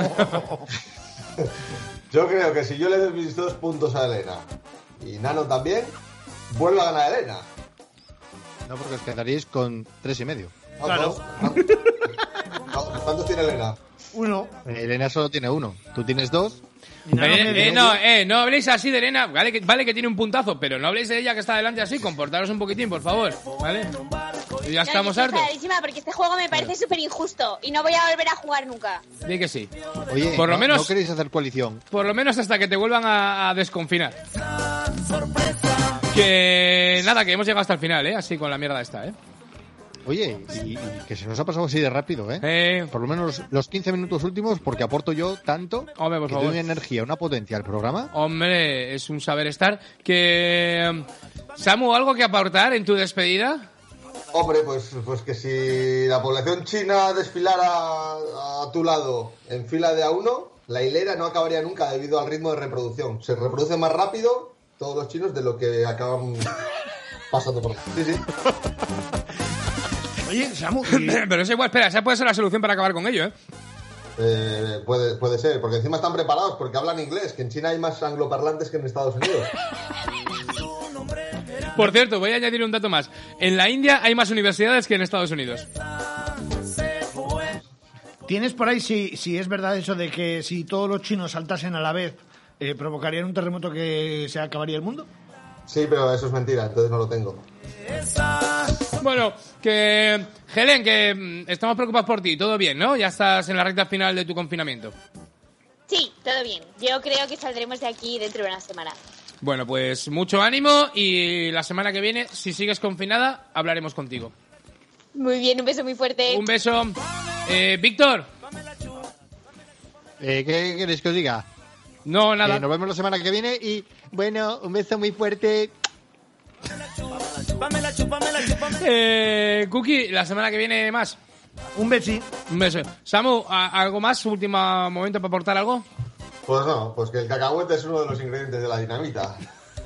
Yo creo que si yo le doy mis dos puntos a Elena y Nano también, vuelve a ganar Elena. No, porque os quedaríais con tres y medio. No, Claro. dos. ¿Cuántos ¿Cuántos tiene Elena? Uno. Elena solo tiene uno. Tú tienes dos. Y nada, Eh, medio. eh, no, eh, no habléis así de Elena. Vale que, vale que tiene un puntazo, pero no habléis de ella que está delante así. Comportaros un poquitín, por favor. ¿Vale? Y ya estamos No, yo estoy hartos. enfadadísima porque este juego me parece súper injusto y no voy a volver a jugar nunca. Di que sí. Oye, Por lo ¿no, menos- ¿no queréis hacer coalición? Por lo menos hasta que te vuelvan a, a desconfinar. Que nada, que hemos llegado hasta el final, ¿eh? Así con la mierda esta, ¿eh? Oye, y, y que se nos ha pasado así de rápido, ¿eh? Eh, Por lo menos los quince minutos últimos, porque aporto yo tanto Hombre, por que favor. doy una energía, una potencia al programa. Hombre, es un saber estar. Que... Samu, ¿algo que aportar en tu despedida? Hombre, pues, pues que si la población china desfilara a, a tu lado en fila de a uno, la hilera no acabaría nunca debido al ritmo de reproducción. Se reproduce más rápido todos los chinos de lo que acaban pasando por ahí. Sí, sí. Oye, Samu, y- Pero es igual, espera, esa puede ser la solución para acabar con ello, ¿eh? Eh, puede, puede ser, porque encima están preparados porque hablan inglés, que en China hay más angloparlantes que en Estados Unidos. Por cierto, voy a añadir un dato más. En la India hay más universidades que en Estados Unidos. ¿tienes por ahí si, si es verdad eso de que si todos los chinos saltasen a la vez eh, provocarían un terremoto que se acabaría el mundo? Sí, pero eso es mentira, entonces no lo tengo. Bueno, que... Helen, que mm, estamos preocupados por ti. Todo bien, ¿no? Ya estás en la recta final de tu confinamiento. Sí, todo bien. Yo creo que saldremos de aquí dentro de una semana. Bueno, pues mucho ánimo y la semana que viene, si sigues confinada, hablaremos contigo. Muy bien, un beso muy fuerte. Un beso. Eh, Víctor. Eh, ¿Qué queréis que os diga? No, nada. Eh, nos vemos la semana que viene y, bueno, un beso muy fuerte. Eh, Cookie, la semana que viene más. Un besi. Un beso. Samu, ¿a- ¿algo más? Último momento para aportar algo. Pues no, pues que el cacahuete es uno de los ingredientes de la dinamita.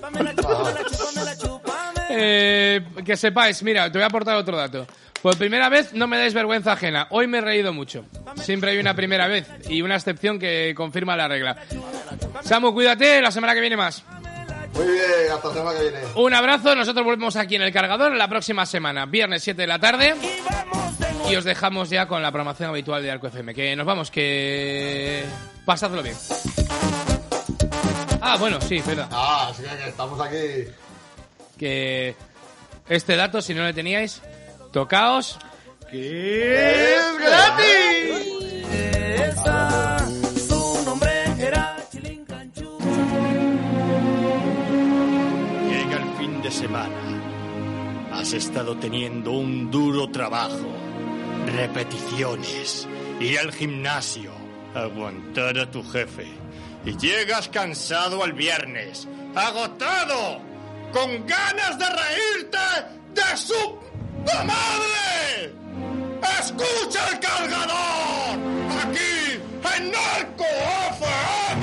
Eh, que sepáis, mira, te voy a aportar otro dato. Por primera vez no me dais vergüenza ajena. Hoy me he reído mucho. Siempre hay una primera vez y una excepción que confirma la regla. Samu, cuídate, la semana que viene más. Muy bien, hasta la semana que viene. Un abrazo, nosotros volvemos aquí en El Cargador la próxima semana, viernes siete de la tarde. Y os dejamos ya con la programación habitual de Arco F M. Que nos vamos, que... pasadlo bien. Ah, bueno, sí, verdad. Ah, sí que estamos aquí. Que este dato, si no lo teníais, tocaos. ¡Que es gratis! Su nombre era Chilincanchú. Llega el fin de semana. Has estado teniendo un duro trabajo. Repeticiones. Ir al gimnasio. Aguantar a tu jefe. Y llegas cansado al viernes. ¡Agotado! ¡Con ganas de reírte de su madre! ¡Escucha el cargador! ¡Aquí en Arco F M!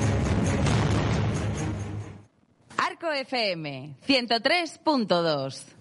Arco F M ciento tres punto dos.